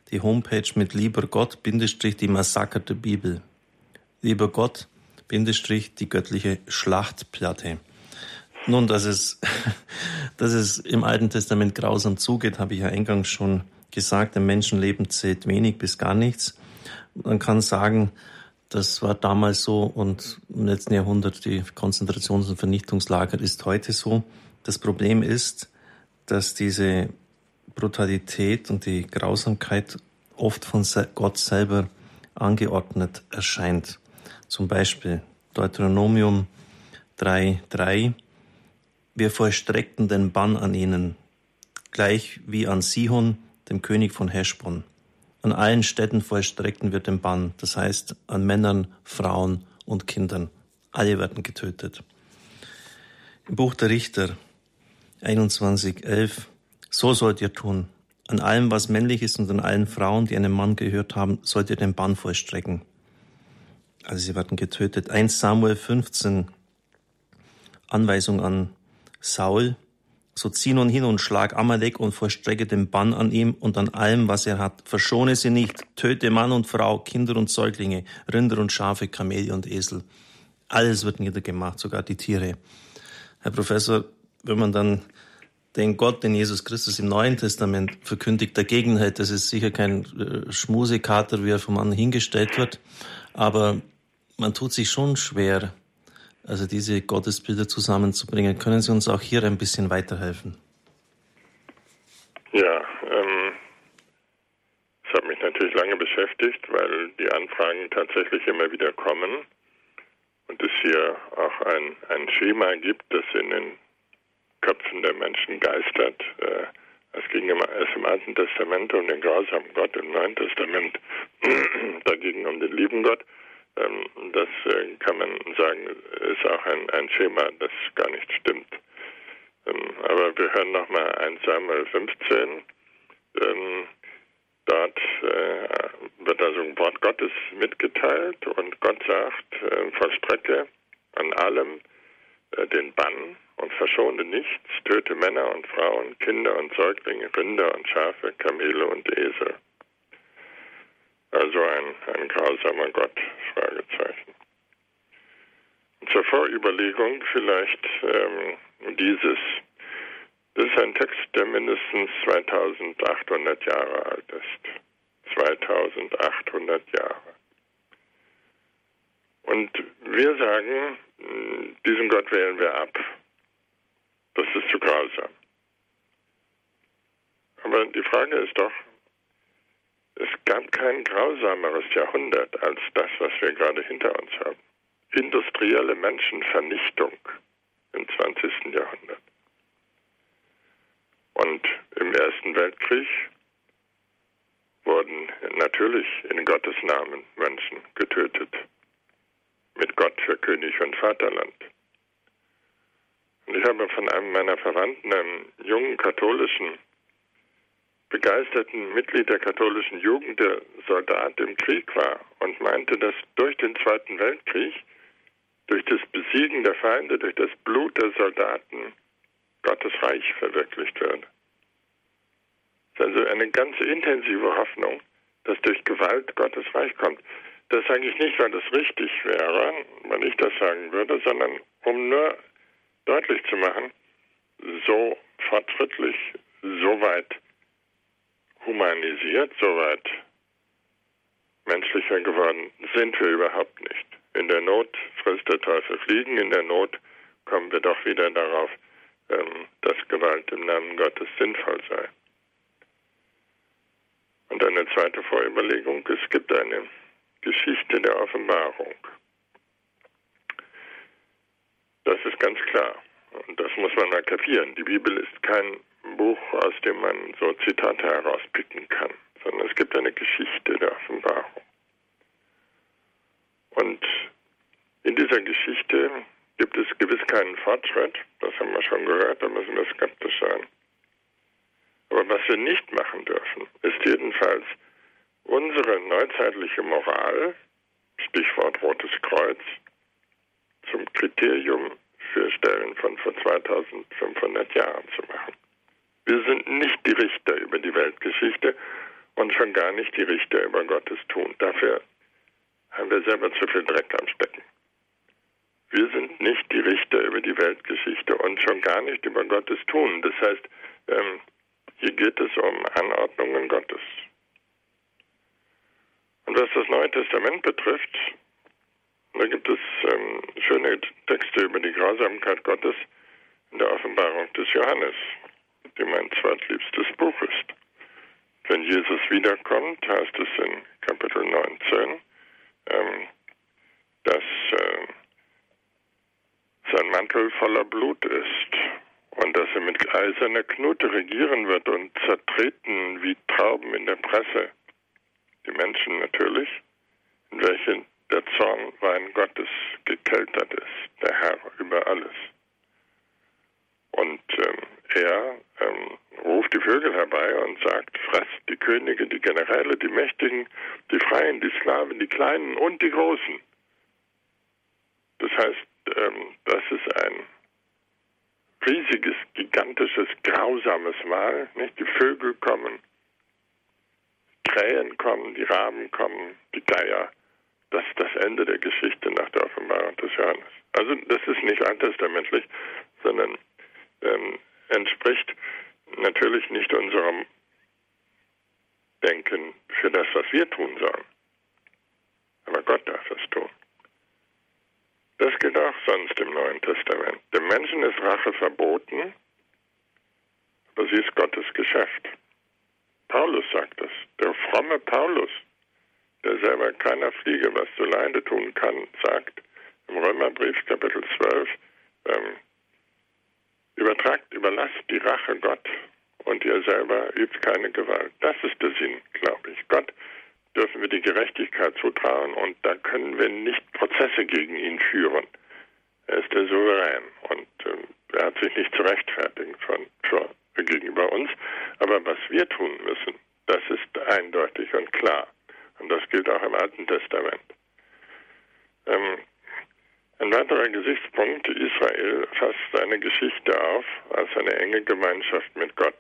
die Homepage mit Lieber Gott, Bindestrich, die Massaker der Bibel. Lieber Gott, Bindestrich, die göttliche Schlachtplatte. Nun, dass es, dass es im Alten Testament grausam zugeht, habe ich ja eingangs schon gesagt. Im Menschenleben zählt wenig bis gar nichts. Man kann sagen, das war damals so und im letzten Jahrhundert die Konzentrations- und Vernichtungslager ist heute so. Das Problem ist, dass diese Brutalität und die Grausamkeit oft von Gott selber angeordnet erscheint. Zum Beispiel Deuteronomium drei drei. Wir vollstreckten den Bann an ihnen, gleich wie an Sihon, dem König von Heschbon. An allen Städten vollstreckten wir den Bann, das heißt an Männern, Frauen und Kindern. Alle werden getötet. Im Buch der Richter einundzwanzig elf. So sollt ihr tun. An allem, was männlich ist und an allen Frauen, die einem Mann gehört haben, sollt ihr den Bann vollstrecken. Also sie werden getötet. erster Samuel fünfzehn. Anweisung an Saul. So zieh nun hin und schlag Amalek und vollstrecke den Bann an ihm und an allem, was er hat. Verschone sie nicht. Töte Mann und Frau, Kinder und Säuglinge, Rinder und Schafe, Kamele und Esel. Alles wird niedergemacht, sogar die Tiere. Herr Professor, wenn man dann den Gott, den Jesus Christus im Neuen Testament verkündigt, dagegen hält, das ist sicher kein äh, Schmusekater, wie er vom Mann hingestellt wird, aber man tut sich schon schwer, also diese Gottesbilder zusammenzubringen. Können Sie uns auch hier ein bisschen weiterhelfen? Ja, ähm, das hat mich natürlich lange beschäftigt, weil die Anfragen tatsächlich immer wieder kommen und es hier auch ein, ein Schema gibt, das in den Köpfen der Menschen geistert. Äh, es ging immer erst im Alten Testament um den grausamen Gott, im Neuen Testament dagegen um den lieben Gott. Das kann man sagen, ist auch ein, ein Schema, das gar nicht stimmt. Aber wir hören nochmal erster Samuel fünfzehn. Dort wird also ein Wort Gottes mitgeteilt und Gott sagt, vollstrecke an allem den Bann und verschone nichts, töte Männer und Frauen, Kinder und Säuglinge, Rinder und Schafe, Kamele und Esel. Also ein, ein grausamer Gott, Fragezeichen. Und zur Vorüberlegung vielleicht ähm, dieses. Das ist ein Text, der mindestens zweitausendachthundert Jahre alt ist. zweitausendachthundert Jahre. Und wir sagen, diesen Gott wählen wir ab. Das ist zu grausam. Aber die Frage ist doch, es gab kein grausameres Jahrhundert als das, was wir gerade hinter uns haben. Industrielle Menschenvernichtung im zwanzigsten Jahrhundert. Und im Ersten Weltkrieg wurden natürlich in Gottes Namen Menschen getötet. Mit Gott für König und Vaterland. Und ich habe von einem meiner Verwandten, einem jungen katholischen begeisterten Mitglied der katholischen Jugend, der Soldat im Krieg war und meinte, dass durch den Zweiten Weltkrieg, durch das Besiegen der Feinde, durch das Blut der Soldaten Gottes Reich verwirklicht wird. Das ist also eine ganz intensive Hoffnung, dass durch Gewalt Gottes Reich kommt. Das sage ich nicht, weil das richtig wäre, weil ich das sagen würde, sondern um nur deutlich zu machen, so fortschrittlich, so weit humanisiert, so weit menschlicher geworden sind wir überhaupt nicht. In der Not frisst der Teufel Fliegen, in der Not kommen wir doch wieder darauf, dass Gewalt im Namen Gottes sinnvoll sei. Und eine zweite Vorüberlegung, es gibt eine Geschichte der Offenbarung. Das ist ganz klar. Und das muss man mal kapieren. Die Bibel ist kein Buch, aus dem man so Zitate herauspicken kann, sondern es gibt eine Geschichte der Offenbarung. Und in dieser Geschichte gibt es gewiss keinen Fortschritt, das haben wir schon gehört, da müssen wir skeptisch sein. Aber was wir nicht machen dürfen, ist jedenfalls unsere neuzeitliche Moral, Stichwort Rotes Kreuz, zum Kriterium für Stellen von vor zweitausendfünfhundert Jahren zu machen. Wir sind nicht die Richter über die Weltgeschichte und schon gar nicht die Richter über Gottes Tun. Dafür haben wir selber zu viel Dreck am Stecken. Wir sind nicht die Richter über die Weltgeschichte und schon gar nicht über Gottes Tun. Das heißt, ähm, hier geht es um Anordnungen Gottes. Und was das Neue Testament betrifft, da gibt es ähm, schöne Texte über die Grausamkeit Gottes in der Offenbarung des Johannes, die mein zweitliebstes Buch ist. Wenn Jesus wiederkommt, heißt es in Kapitel neunzehn, ähm, dass äh, sein Mantel voller Blut ist und dass er mit eiserner Knute regieren wird und zertreten wie Trauben in der Presse. Die Menschen natürlich, in welchen der Zornwein Gottes gekeltert ist, der Herr über alles. Und ähm, er ähm, ruft die Vögel herbei und sagt, fresst die Könige, die Generäle, die Mächtigen, die Freien, die Sklaven, die Kleinen und die Großen. Das heißt, ähm, das ist ein riesiges, gigantisches, grausames Mahl. Nicht? Die Vögel kommen, Krähen kommen, die Raben kommen, die Geier. Das ist das Ende der Geschichte nach der Offenbarung des Johannes. Also das ist nicht alttestamentlich, sondern ähm, entspricht natürlich nicht unserem Denken für das, was wir tun sollen. Aber Gott darf es tun. Das gilt auch sonst im Neuen Testament. Dem Menschen ist Rache verboten, aber sie ist Gottes Geschäft. Paulus sagt das. Der fromme Paulus, der selber keiner Fliege was zu Leide tun kann, sagt im Römerbrief Kapitel zwölf, ähm, übertragt, überlasst die Rache Gott und ihr selber übt keine Gewalt. Das ist der Sinn, glaube ich. Gott dürfen wir die Gerechtigkeit zutrauen und da können wir nicht Prozesse gegen ihn führen. Er ist der Souverän und ähm, er hat sich nicht zu rechtfertigen von, von, gegenüber uns. Aber was wir tun müssen, das ist eindeutig und klar. Und das gilt auch im Alten Testament. Ähm, ein weiterer Gesichtspunkt, Israel fasst seine Geschichte auf als eine enge Gemeinschaft mit Gott.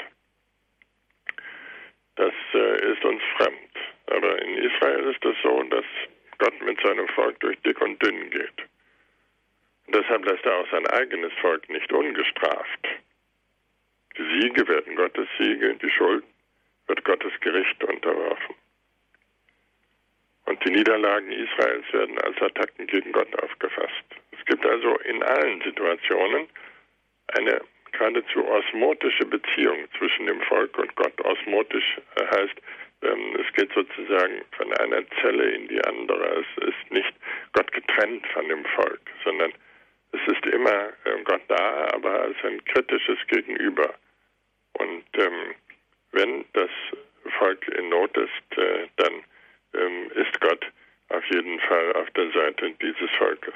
Das äh, ist uns fremd. Aber in Israel ist es so, dass Gott mit seinem Volk durch dick und dünn geht. Und deshalb lässt er auch sein eigenes Volk nicht ungestraft. Die Siege werden Gottes Siege, die Schuld wird Gottes Gericht unterworfen. Und die Niederlagen Israels werden als Attacken gegen Gott aufgefasst. Es gibt also in allen Situationen eine geradezu osmotische Beziehung zwischen dem Volk und Gott. Osmotisch heißt, es geht sozusagen von einer Zelle in die andere. Es ist nicht Gott getrennt von dem Volk, sondern es ist immer Gott da, aber als ein kritisches Gegenüber. Und ähm, wenn das Volk in Not ist, äh, dann ähm, ist Gott auf jeden Fall auf der Seite dieses Volkes.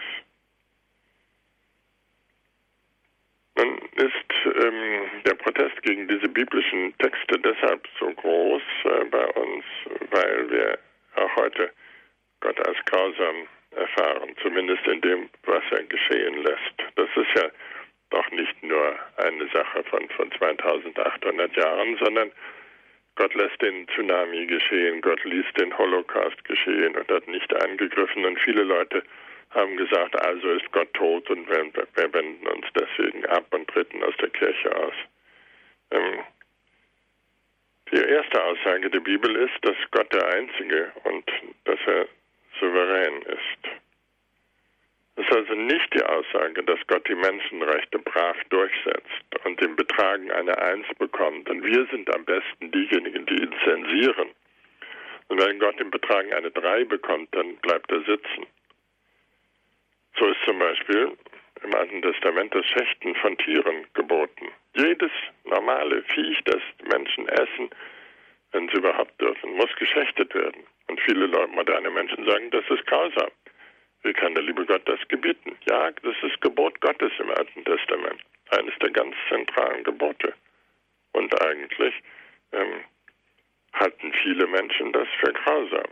Nun ist ähm, der Protest gegen diese biblischen Texte deshalb so groß äh, bei uns, weil wir auch heute Gott als grausam erfahren, zumindest in dem, was er geschehen lässt. Das ist ja doch nicht nur eine Sache von, von zweitausendachthundert Jahren, sondern Gott lässt den Tsunami geschehen, Gott ließ den Holocaust geschehen und hat nicht eingegriffen. Und viele Leute haben gesagt, also ist Gott tot und wir, wir wenden uns deswegen ab und treten aus der Kirche aus. Ähm, die erste Aussage der Bibel ist, dass Gott der Einzige und dass er souverän ist. Es ist also nicht die Aussage, dass Gott die Menschenrechte brav durchsetzt und im Betragen eine Eins bekommt. Und wir sind am besten diejenigen, die ihn zensieren. Und wenn Gott im Betragen eine Drei bekommt, dann bleibt er sitzen. So ist zum Beispiel im Alten Testament das Schächten von Tieren geboten. Jedes normale Viech, das Menschen essen, wenn sie überhaupt dürfen, muss geschächtet werden. Und viele moderne Menschen sagen, das ist grausam. Wie kann der liebe Gott das gebieten? Ja, das ist Gebot Gottes im Alten Testament. Eines der ganz zentralen Gebote. Und eigentlich ähm, halten viele Menschen das für grausam.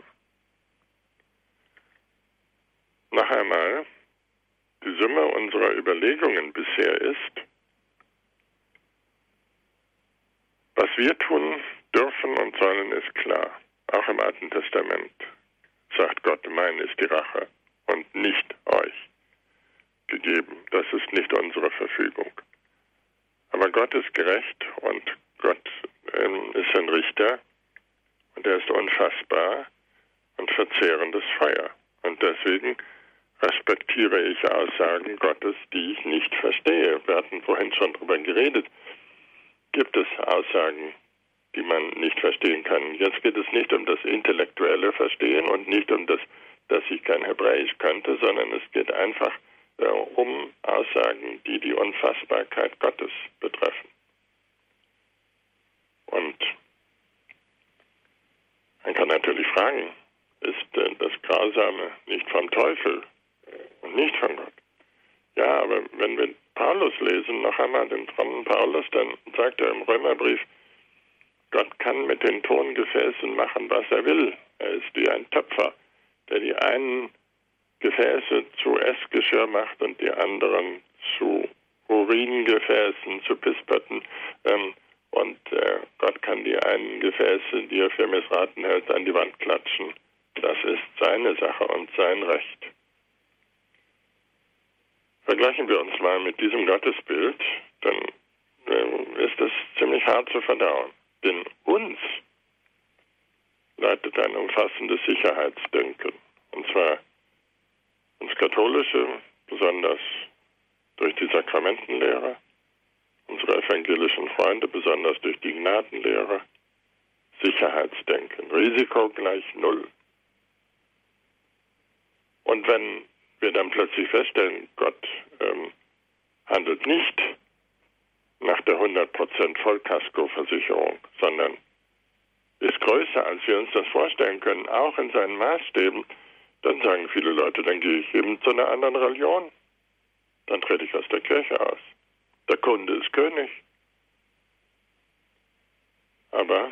Noch einmal, die Summe unserer Überlegungen bisher ist, was wir tun, Dürfen und sollen ist klar. Auch im Alten Testament sagt Gott, mein ist die Rache und nicht euch gegeben. Das ist nicht unsere Verfügung. Aber Gott ist gerecht und Gott ähm, ist ein Richter und er ist unfassbar und verzehrendes Feuer. Und deswegen respektiere ich Aussagen Gottes, die ich nicht verstehe. Wir hatten vorhin schon darüber geredet. Gibt es Aussagen, die man nicht verstehen kann? Jetzt geht es nicht um das intellektuelle Verstehen und nicht um das, dass ich kein Hebräisch kannte, sondern es geht einfach äh, um Aussagen, die die Unfassbarkeit Gottes betreffen. Und man kann natürlich fragen, ist äh, das Grausame nicht vom Teufel und nicht von Gott? Ja, aber wenn wir Paulus lesen, noch einmal den frommen Paulus, dann sagt er im Römerbrief, Gott kann mit den Tongefäßen machen, was er will. Er ist wie ein Töpfer, der die einen Gefäße zu Essgeschirr macht und die anderen zu Uringefäßen, zu Pisspötten. Ähm, und äh, Gott kann die einen Gefäße, die er für missraten hält, an die Wand klatschen. Das ist seine Sache und sein Recht. Vergleichen wir uns mal mit diesem Gottesbild, dann äh, ist es ziemlich hart zu verdauen. Denn uns leitet ein umfassendes Sicherheitsdenken. Und zwar uns Katholische, besonders durch die Sakramentenlehre, unsere evangelischen Freunde, besonders durch die Gnadenlehre, Sicherheitsdenken, Risiko gleich Null. Und wenn wir dann plötzlich feststellen, Gott ähm, handelt nicht nach der hundert Prozent Vollkaskoversicherung, sondern ist größer, als wir uns das vorstellen können, auch in seinen Maßstäben, dann sagen viele Leute, dann gehe ich eben zu einer anderen Religion. Dann trete ich aus der Kirche aus. Der Kunde ist König. Aber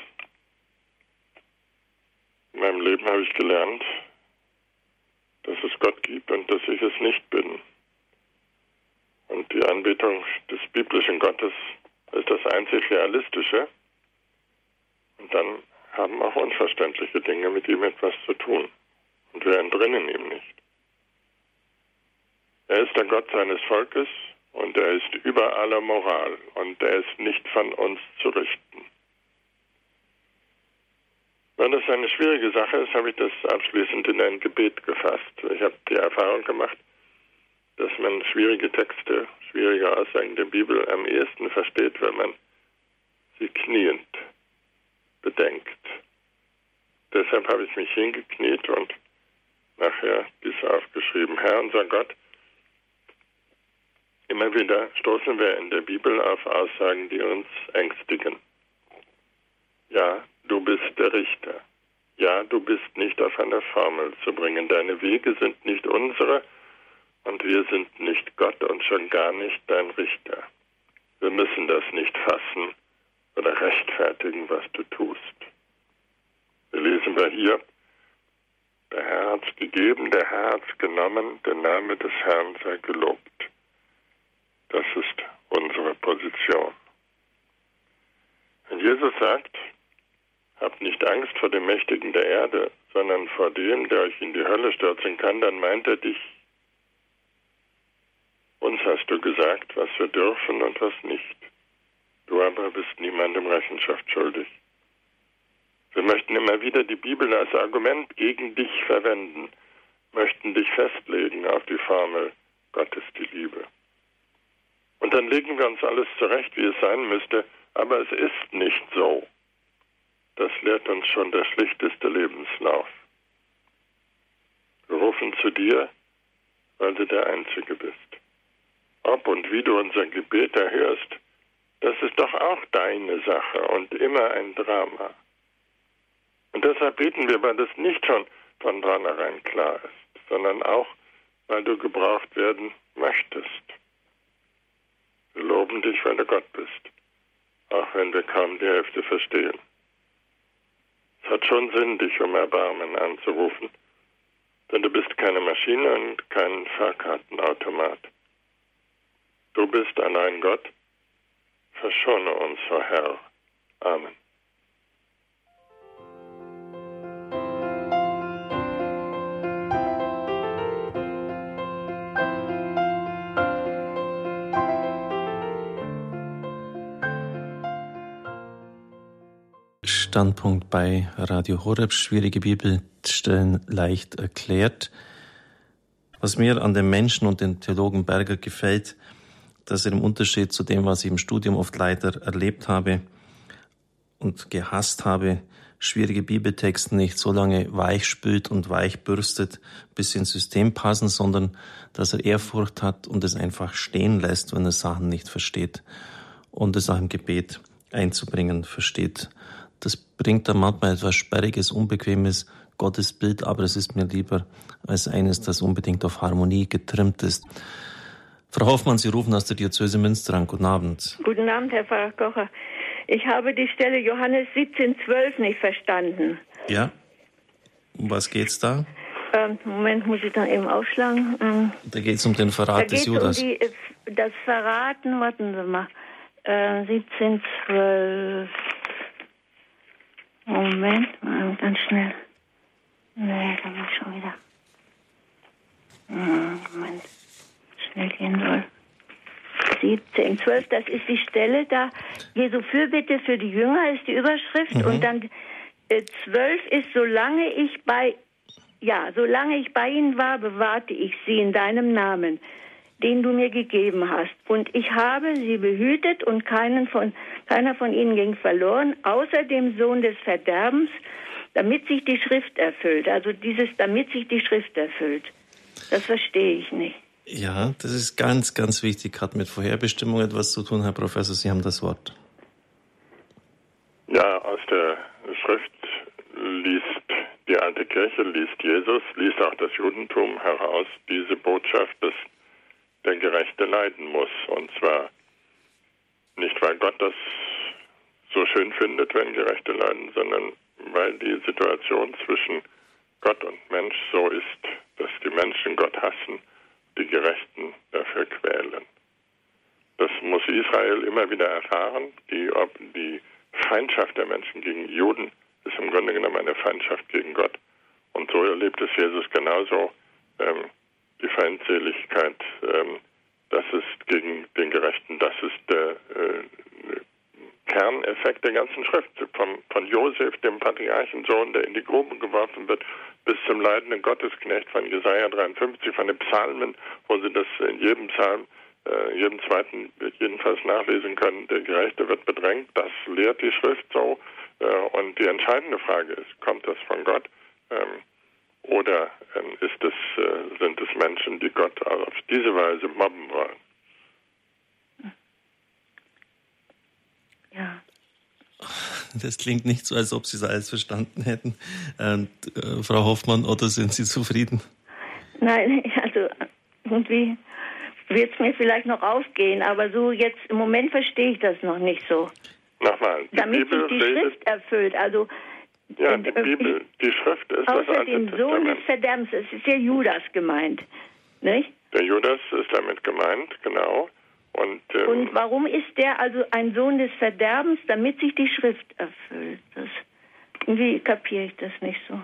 in meinem Leben habe ich gelernt, dass es Gott gibt und dass ich es nicht bin. Und die Anbetung des biblischen Gottes ist das einzig Realistische. Und dann haben auch unverständliche Dinge mit ihm etwas zu tun. Und wir entrinnen ihm nicht. Er ist der Gott seines Volkes und er ist über aller Moral. Und er ist nicht von uns zu richten. Wenn das eine schwierige Sache ist, habe ich das abschließend in ein Gebet gefasst. Ich habe die Erfahrung gemacht, dass man schwierige Texte, schwierige Aussagen der Bibel am ehesten versteht, wenn man sie kniend bedenkt. Deshalb habe ich mich hingekniet und nachher dies aufgeschrieben. Herr, unser Gott, immer wieder stoßen wir in der Bibel auf Aussagen, die uns ängstigen. Ja, du bist der Richter. Ja, du bist nicht auf eine Formel zu bringen. Deine Wege sind nicht unsere und wir sind nicht Gott und schon gar nicht dein Richter. Wir müssen das nicht fassen oder rechtfertigen, was du tust. Wir lesen wir hier, der Herr hat's gegeben, der Herr hat's genommen, der Name des Herrn sei gelobt. Das ist unsere Position. Wenn Jesus sagt, habt nicht Angst vor dem Mächtigen der Erde, sondern vor dem, der euch in die Hölle stürzen kann, dann meint er dich. Uns hast du gesagt, was wir dürfen und was nicht. Du aber bist niemandem Rechenschaft schuldig. Wir möchten immer wieder die Bibel als Argument gegen dich verwenden, möchten dich festlegen auf die Formel, Gott ist die Liebe. Und dann legen wir uns alles zurecht, wie es sein müsste, aber es ist nicht so. Das lehrt uns schon der schlichteste Lebenslauf. Wir rufen zu dir, weil du der Einzige bist. Ob und wie du unser Gebet erhörst, das ist doch auch deine Sache und immer ein Drama. Und deshalb beten wir, weil das nicht schon von vornherein klar ist, sondern auch, weil du gebraucht werden möchtest. Wir loben dich, weil du Gott bist, auch wenn wir kaum die Hälfte verstehen. Es hat schon Sinn, dich um Erbarmen anzurufen, denn du bist keine Maschine und kein Fahrkartenautomat. Du bist allein Gott. Verschone uns, o Herr. Amen. Standpunkt bei Radio Horeb, schwierige Bibelstellen leicht erklärt. Was mir an dem Menschen und dem Theologen Berger gefällt, dass er im Unterschied zu dem, was ich im Studium oft leider erlebt habe und gehasst habe, schwierige Bibeltexte nicht so lange weich spült und weich bürstet, bis sie ins System passen, sondern dass er Ehrfurcht hat und es einfach stehen lässt, wenn er Sachen nicht versteht und es auch im Gebet einzubringen versteht. Das bringt dann manchmal etwas Sperriges, Unbequemes Gottesbild, aber es ist mir lieber als eines, das unbedingt auf Harmonie getrimmt ist. Frau Hoffmann, Sie rufen aus der Diözese Münster an. Guten Abend. Guten Abend, Herr Pfarrer Kocher. Ich habe die Stelle Johannes siebzehn zwölf nicht verstanden. Ja? Um was geht's da? Ähm, Moment, muss ich da eben aufschlagen. Ähm, da geht es um den Verrat da des Judas. Um die, das Verraten, warten Sie mal. Äh, siebzehn zwölf. Moment, mal ganz schnell. Nee, da bin ich schon wieder. Moment, schnell gehen soll. siebzehn zwölf, das ist die Stelle da. Jesu Fürbitte für die Jünger ist die Überschrift. Mhm. Und dann äh, zwölf ist, solange ich bei, ja, solange ich bei ihnen war, bewahrte ich sie in deinem Namen, den du mir gegeben hast. Und ich habe sie behütet und keinen von, keiner von ihnen ging verloren, außer dem Sohn des Verderbens, damit sich die Schrift erfüllt. Also dieses, damit sich die Schrift erfüllt. Das verstehe ich nicht. Ja, das ist ganz, ganz wichtig. Hat mit Vorherbestimmung etwas zu tun, Herr Professor. Sie haben das Wort. Ja, aus der Schrift liest die alte Kirche, liest Jesus, liest auch das Judentum heraus diese Botschaft, dass der Gerechte leiden muss. Und zwar nicht, weil Gott das so schön findet, wenn Gerechte leiden, sondern weil die Situation zwischen Gott und Mensch so ist, dass die Menschen Gott hassen, die Gerechten dafür quälen. Das muss Israel immer wieder erfahren. Die, ob die Feindschaft der Menschen gegen Juden ist im Grunde genommen eine Feindschaft gegen Gott. Und so erlebt es Jesus genauso. Ähm, die Feindseligkeit, ähm, das ist gegen den Gerechten, das ist der äh, Kerneffekt der ganzen Schrift. Von, von Josef, dem Patriarchensohn, der in die Grube geworfen wird, bis zum leidenden Gottesknecht von Jesaja dreiundfünfzig, von den Psalmen, wo Sie das in jedem Psalm, äh, jedem zweiten jedenfalls nachlesen können, der Gerechte wird bedrängt. Das lehrt die Schrift so. Äh, und die entscheidende Frage ist, kommt das von Gott? Ähm, oder ähm, ist es, äh, sind es Menschen, die Gott auf diese Weise mobben wollen? Ja. Das klingt nicht so, als ob Sie es alles verstanden hätten. Und, äh, Frau Hoffmann, oder sind Sie zufrieden? Nein, also irgendwie wird es mir vielleicht noch aufgehen, aber so jetzt im Moment verstehe ich das noch nicht so. Nochmal, die Damit Bibel sich die redet, Schrift erfüllt, also ja, die Bibel, die Schrift ist das außer Alte dem Sohn des Testament. Verderbens, es ist ja Judas gemeint, nicht? Der Judas ist damit gemeint, genau. Und, ähm, Und warum ist der also ein Sohn des Verderbens, damit sich die Schrift erfüllt? Das, irgendwie kapiere ich das nicht so.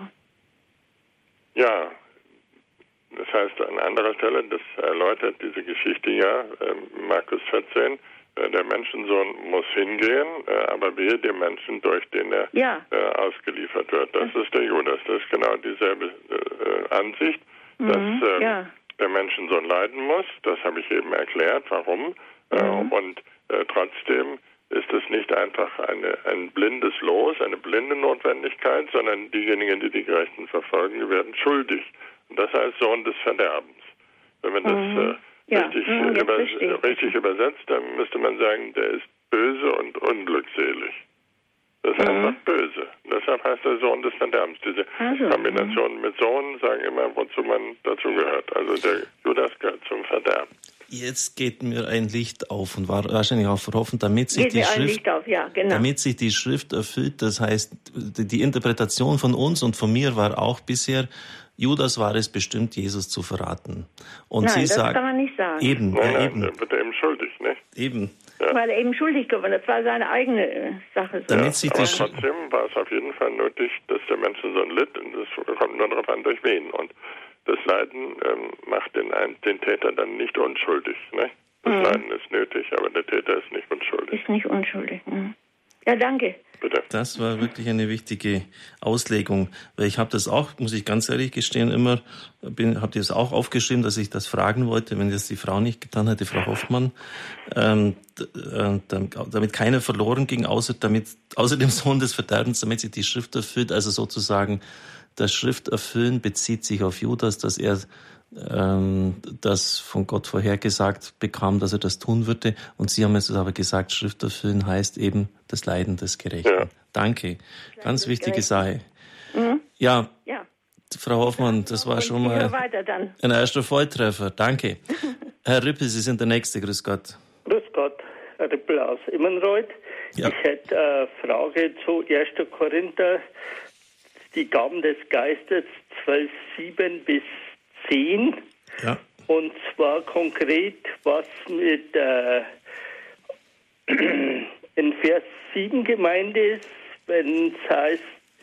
Ja, das heißt an anderer Stelle, das erläutert diese Geschichte ja, äh, Markus vierzehn, äh, der Menschensohn muss hingehen, äh, aber wehe dem Menschen, durch den er ja. äh, ausgeliefert wird. Das, das ist der Judas, das ist genau dieselbe äh, Ansicht, mhm, dass äh, ja. der Menschensohn leiden muss. Das habe ich eben erklärt, warum. Mhm. Äh, und äh, trotzdem ist es nicht einfach eine, ein blindes Los, eine blinde Notwendigkeit, sondern diejenigen, die die Gerechten verfolgen, werden schuldig. Und das heißt Sohn des Verderbens. Wenn man mhm. das äh, ja. richtig, mhm, über, richtig übersetzt, dann müsste man sagen, der ist böse und unglückselig. Das ist mhm. einfach böse. Deshalb heißt er Sohn des Verderbens. Diese also, Kombination mhm. mit Sohn sagen immer, wozu man dazu gehört. Also der Judas gehört zum Verderben. Jetzt geht mir ein Licht auf und war wahrscheinlich auch verhoffen, damit sich, die Schrift, auf, ja, genau. damit sich die Schrift erfüllt. Das heißt, die Interpretation von uns und von mir war auch bisher, Judas war es bestimmt, Jesus zu verraten. Und nein, Sie das sagen, kann man nicht sagen. Eben, nein, ja, nein, eben. Dann wird er eben schuldig, nicht? Eben. Ja. Weil er eben schuldig geworden ist. Das war seine eigene äh, Sache. Damit ja, sich aber die trotzdem war es auf jeden Fall nötig, dass der Menschensohn litt. Und das kommt nur darauf an, durch wen. Und das Leiden ähm, macht den, den Täter dann nicht unschuldig, ne? Das mhm. Leiden ist nötig, aber der Täter ist nicht unschuldig. Ist nicht unschuldig. Mhm. Ja, danke. Bitte. Das war wirklich eine wichtige Auslegung, weil ich habe das auch, muss ich ganz ehrlich gestehen, immer, habe das auch aufgeschrieben, dass ich das fragen wollte, wenn das die Frau nicht getan hätte, Frau Hoffmann, ähm, äh, damit keiner verloren ging, außer, damit, außer dem Sohn des Verderbens, damit sich die Schrift erfüllt, also sozusagen das Schrifterfüllen bezieht sich auf Judas, dass er ähm, das von Gott vorhergesagt bekam, dass er das tun würde. Und Sie haben jetzt aber gesagt, Schrifterfüllen heißt eben das Leiden des Gerechten. Ja. Danke. Ganz wichtige Sache. Mhm. Ja, ja, Frau Hoffmann, das war schon mal ein erster Volltreffer. Danke. Herr Rippel, Sie sind der Nächste. Grüß Gott. Grüß Gott, Herr Rippel aus Immenreuth. Ja. Ich hätte eine Frage zu erster Korinther, die Gaben des Geistes zwölf, sieben bis zehn. Ja. Und zwar konkret, was mit äh, in Vers sieben gemeint ist, wenn es heißt,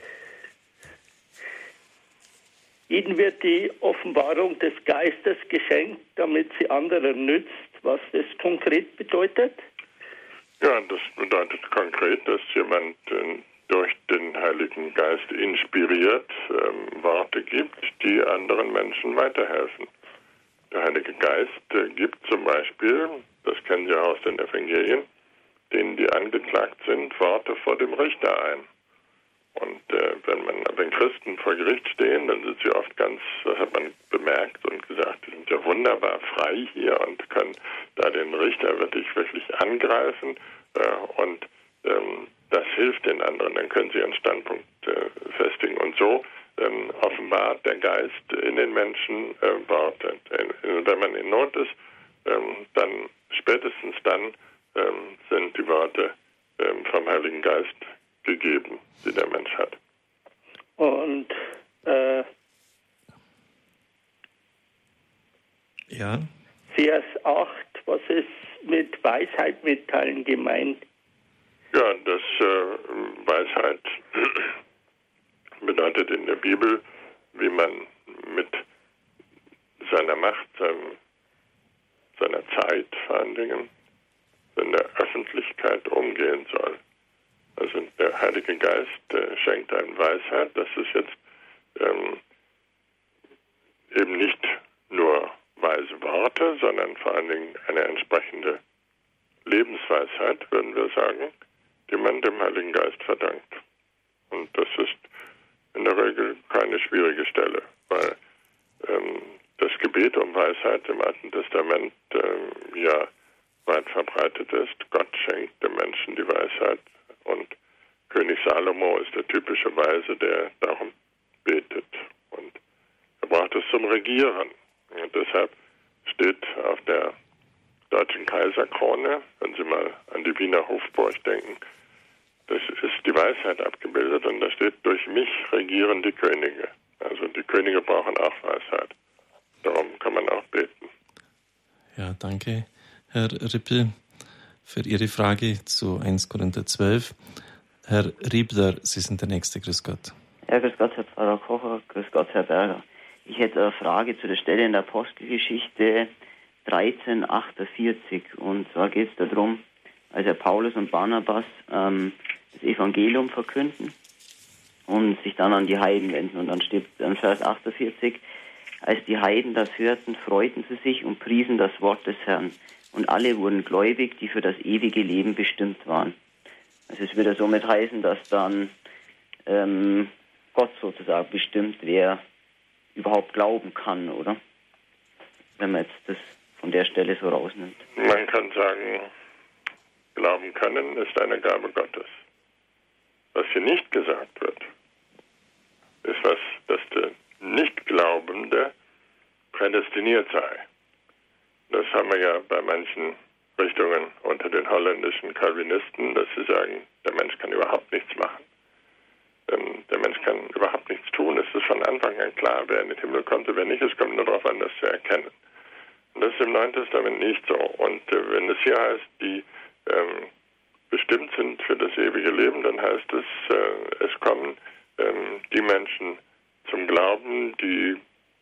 ihnen wird die Offenbarung des Geistes geschenkt, damit sie anderen nützt. Was das konkret bedeutet? Ja, das bedeutet konkret, dass jemand äh, durch den Heiligen Geist inspiriert ähm, Worte gibt, die anderen Menschen weiterhelfen. Der Heilige Geist äh, gibt zum Beispiel, das kennen Sie auch aus den Evangelien, denen, die angeklagt sind, Worte vor dem Richter ein. Und äh, wenn man wenn Christen vor Gericht stehen, dann sind sie oft ganz, das hat man bemerkt und gesagt, die sind ja wunderbar frei hier und können da den Richter wirklich, wirklich angreifen. Äh, und ähm, das hilft den anderen, dann können sie ihren Standpunkt äh, festigen. Und so ähm, offenbart der Geist in den Menschen äh, Worte. Äh, wenn man in Not ist, ähm, dann spätestens dann ähm, sind die Worte ähm, vom Heiligen Geist gegeben, die der Mensch hat. Und äh, ja. Vers acht, was ist mit Weisheit mitteilen gemeint? Ja, das äh, Weisheit bedeutet in der Bibel, wie man mit seiner Macht, seinem, seiner Zeit vor allen Dingen, in der Öffentlichkeit umgehen soll. Also der Heilige Geist äh, schenkt einem Weisheit, das ist jetzt ähm, eben nicht nur weise Worte, sondern vor allen Dingen eine entsprechende Lebensweisheit, würden wir sagen, die man dem Heiligen Geist verdankt. Und das ist in der Regel keine schwierige Stelle, weil ähm, das Gebet um Weisheit im Alten Testament äh, ja weit verbreitet ist. Gott schenkt dem Menschen die Weisheit und König Salomo ist der typische Weise, der darum betet. Und er braucht es zum Regieren. Und deshalb steht auf der deutschen Kaiserkrone, wenn Sie mal an die Wiener Hofburg denken, das ist die Weisheit abgebildet und da steht, durch mich regieren die Könige. Also die Könige brauchen auch Weisheit. Darum kann man auch beten. Ja, danke, Herr Rippel, für Ihre Frage zu erster Korinther zwölf. Herr Riebler, Sie sind der Nächste. Grüß Gott. Ja, grüß Gott, Herr Pfarrer Kocher. Grüß Gott, Herr Berger. Ich hätte eine Frage zu der Stelle in der Apostelgeschichte dreizehn achtundvierzig. Und zwar geht es darum, als Herr Paulus und Barnabas ähm, das Evangelium verkünden und sich dann an die Heiden wenden. Und dann steht in Vers achtundvierzig, als die Heiden das hörten, freuten sie sich und priesen das Wort des Herrn. Und alle wurden gläubig, die für das ewige Leben bestimmt waren. Also es würde somit heißen, dass dann ähm, Gott sozusagen bestimmt, wer überhaupt glauben kann, oder? Wenn man jetzt das von der Stelle so rausnimmt. Man kann sagen, glauben können ist eine Gabe Gottes. Was hier nicht gesagt wird, ist, was, dass der Nichtglaubende prädestiniert sei. Das haben wir ja bei manchen Richtungen unter den holländischen Calvinisten, dass sie sagen, der Mensch kann überhaupt nichts machen. Ähm, der Mensch kann überhaupt nichts tun. Es ist von Anfang an klar, wer in den Himmel kommt und wer nicht. Es kommt nur darauf an, das zu erkennen. Und das ist im Neuen Testament nicht so. Und äh, wenn es hier heißt, die ähm, bestimmt sind für das ewige Leben, dann heißt es, äh, es kommen ähm, die Menschen zum Glauben, die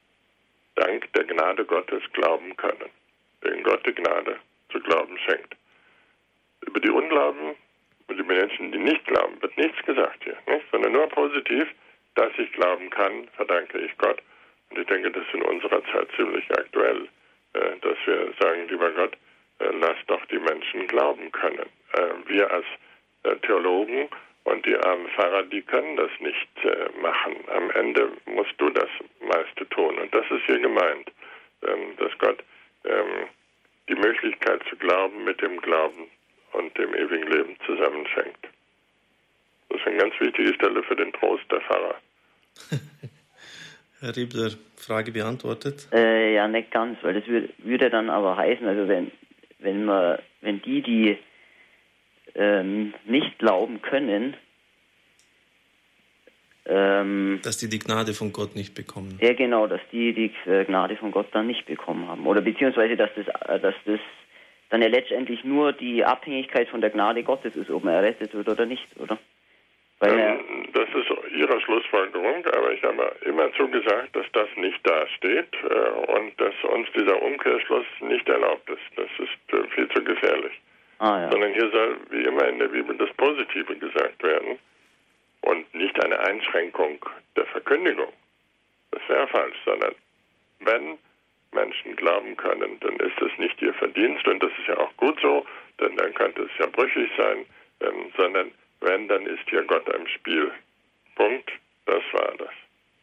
dank der Gnade Gottes glauben können, denen Gott die Gnade zu glauben schenkt. Über die Unglauben Und die Menschen, die nicht glauben, wird nichts gesagt hier, nicht? Sondern nur positiv, dass ich glauben kann, verdanke ich Gott. Und ich denke, das ist in unserer Zeit ziemlich aktuell, äh, dass wir sagen, lieber Gott, äh, lass doch die Menschen glauben können. Äh, wir als äh, Theologen und die armen Pfarrer, die können das nicht äh, machen. Am Ende musst du das meiste tun. Und das ist hier gemeint, ähm, dass Gott ähm, die Möglichkeit zu glauben mit dem Glauben und dem ewigen Leben zusammenschenkt. Das ist eine ganz wichtige Stelle für den Trost der Pfarrer. Herr Riebler, Frage beantwortet? Äh, ja, nicht ganz, weil das würde, würde dann aber heißen, also wenn, wenn man, wenn die, die ähm, nicht glauben können, ähm, dass die die Gnade von Gott nicht bekommen. Ja, genau, dass die die Gnade von Gott dann nicht bekommen haben. Oder beziehungsweise, dass das, dass das dann ja letztendlich nur die Abhängigkeit von der Gnade Gottes ist, ob man errettet wird oder nicht, oder? Weil ähm, das ist Ihre Schlussfolgerung, aber ich habe immerzu gesagt, dass das nicht dasteht äh, und dass uns dieser Umkehrschluss nicht erlaubt ist. Das ist äh, viel zu gefährlich. Ah, ja. Sondern hier soll, wie immer in der Bibel, das Positive gesagt werden und nicht eine Einschränkung der Verkündigung. Das wäre falsch, sondern wenn Menschen glauben können, dann ist es nicht ihr Verdienst und das ist ja auch gut so, denn dann könnte es ja brüchig sein, ähm, sondern wenn, dann ist hier Gott im Spiel. Punkt. Das war das.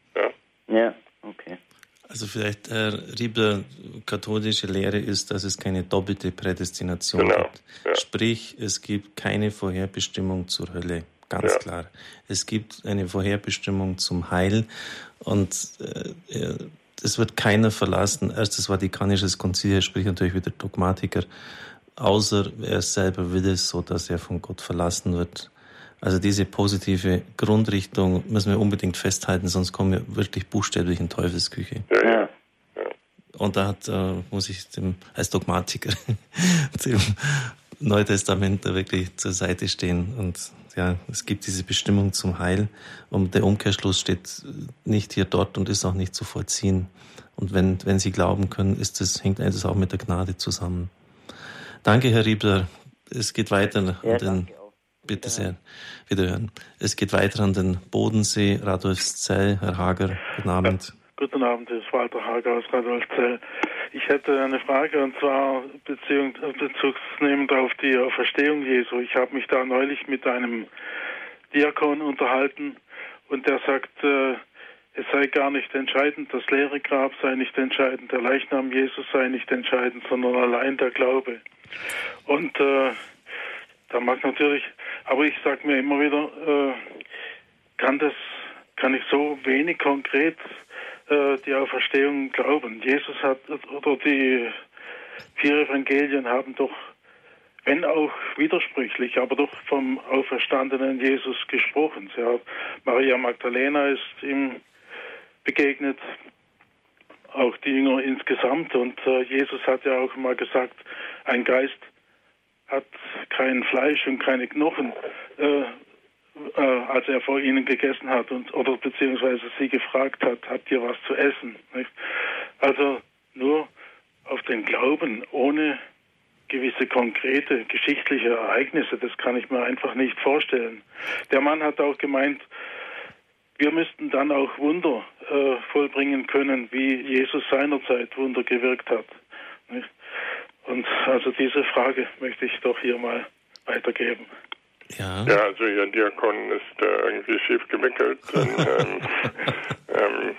Ja, ja, okay. Also vielleicht, Herr Riebler, katholische Lehre ist, dass es keine doppelte Prädestination genau. gibt. Ja. Sprich, es gibt keine Vorherbestimmung zur Hölle. Ganz ja. klar. Es gibt eine Vorherbestimmung zum Heil und äh, es wird keiner verlassen. Erstes Vatikanisches Konzil, er spricht natürlich wieder Dogmatiker, außer er selber will es, so dass er von Gott verlassen wird. Also diese positive Grundrichtung müssen wir unbedingt festhalten, sonst kommen wir wirklich buchstäblich in Teufelsküche. Ja, ja. Und da hat, äh, muss ich dem, als Dogmatiker dem Neuen Testament da wirklich zur Seite stehen. Und ja, es gibt diese Bestimmung zum Heil und der Umkehrschluss steht nicht hier dort und ist auch nicht zu vollziehen. Und wenn, wenn Sie glauben können, ist das, hängt das auch mit der Gnade zusammen. Danke, Herr Riebler. Es geht weiter ja, an den, bitte sehr, wiederhören. Es geht weiter an den Bodensee, Radolfszell. Herr Hager, guten Abend. Ja, guten Abend, das ist Walter Hager aus Radolfszell. Ich hätte eine Frage und zwar beziehung, bezugsnehmend auf die Auferstehung Jesu. Ich habe mich da neulich mit einem Diakon unterhalten und der sagt, äh, es sei gar nicht entscheidend, das leere Grab sei nicht entscheidend, der Leichnam Jesus sei nicht entscheidend, sondern allein der Glaube. Und äh, da mag natürlich, aber ich sage mir immer wieder, äh, kann das, kann ich so wenig konkret äh, die Auferstehung glauben. Jesus hat, oder die vier Evangelien haben doch, wenn auch widersprüchlich, aber doch vom auferstandenen Jesus gesprochen. Sie hat, Maria Magdalena ist ihm begegnet, auch die Jünger insgesamt. Und äh, Jesus hat ja auch mal gesagt, ein Geist hat kein Fleisch und keine Knochen, äh, äh, als er vor ihnen gegessen hat und oder beziehungsweise sie gefragt hat, habt ihr was zu essen? Nicht? Also nur auf den Glauben ohne gewisse konkrete geschichtliche Ereignisse, das kann ich mir einfach nicht vorstellen. Der Mann hat auch gemeint, wir müssten dann auch Wunder äh, vollbringen können, wie Jesus seinerzeit Wunder gewirkt hat. Nicht? Und also diese Frage möchte ich doch hier mal weitergeben. Ja, ja also Ihr Diakon ist äh, irgendwie schief gewickelt. Und, ähm, ähm,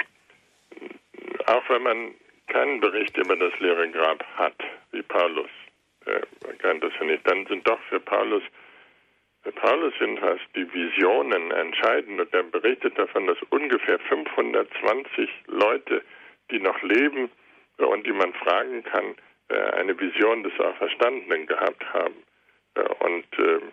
auch wenn man keinen Bericht über das leere Grab hat, wie Paulus, äh, man kann das ja nicht, dann sind doch für Paulus Für Paulus sind fast die Visionen entscheidend und er berichtet davon, dass ungefähr fünfhundertzwanzig Leute, die noch leben und die man fragen kann, eine Vision des Auferstandenen gehabt haben. Und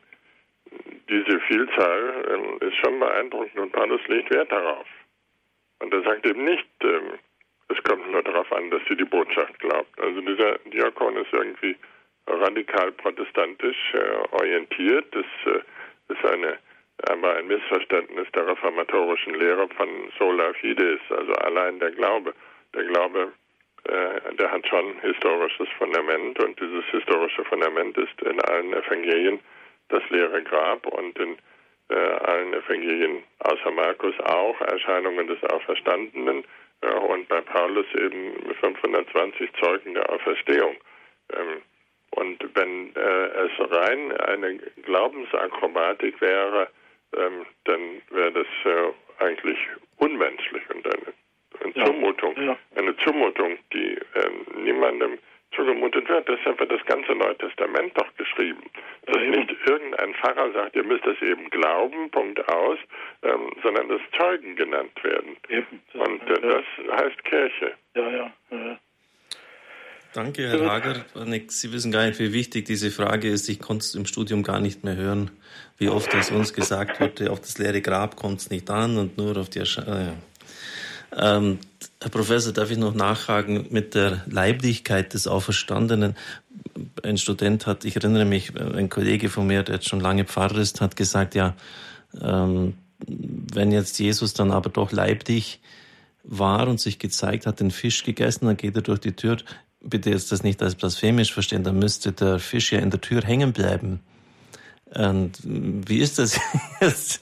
diese Vielzahl ist schon beeindruckend und Paulus legt Wert darauf. Und er sagt eben nicht, es kommt nur darauf an, dass sie die Botschaft glaubt. Also dieser Diakon ist irgendwie radikal protestantisch äh, orientiert. Das äh, ist eine, aber ein Missverständnis der reformatorischen Lehre von sola fides, also allein der Glaube. Der Glaube, äh, der hat schon historisches Fundament und dieses historische Fundament ist in allen Evangelien das leere Grab und in äh, allen Evangelien außer Markus auch Erscheinungen des Auferstandenen äh, und bei Paulus eben fünfhundertzwanzig Zeugen der Auferstehung. Ähm, und wenn äh, es rein eine Glaubensakrobatik wäre, ähm, dann wäre das äh, eigentlich unmenschlich und eine, eine ja. Zumutung, ja. eine Zumutung, die ähm, niemandem zugemutet wird. Deshalb wird das ganze Neue Testament doch geschrieben. Dass ja, nicht irgendein Pfarrer sagt, ihr müsst das eben glauben, Punkt aus, ähm, sondern dass Zeugen genannt werden. Eben. Und äh, das heißt Kirche. Ja, ja. ja. Danke, Herr Hager. Sie wissen gar nicht, wie wichtig diese Frage ist. Ich konnte es im Studium gar nicht mehr hören, wie oft es uns gesagt wurde, auf das leere Grab kommt es nicht an und nur auf die Erscheinung. Ähm, Herr Professor, darf ich noch nachhaken mit der Leiblichkeit des Auferstandenen? Ein Student hat, ich erinnere mich, ein Kollege von mir, der jetzt schon lange Pfarrer ist, hat gesagt, ja, ähm, wenn jetzt Jesus dann aber doch leiblich war und sich gezeigt hat, den Fisch gegessen, dann geht er durch die Tür. Bitte jetzt das nicht als blasphemisch verstehen, dann müsste der Fisch ja in der Tür hängen bleiben. Und wie ist das jetzt?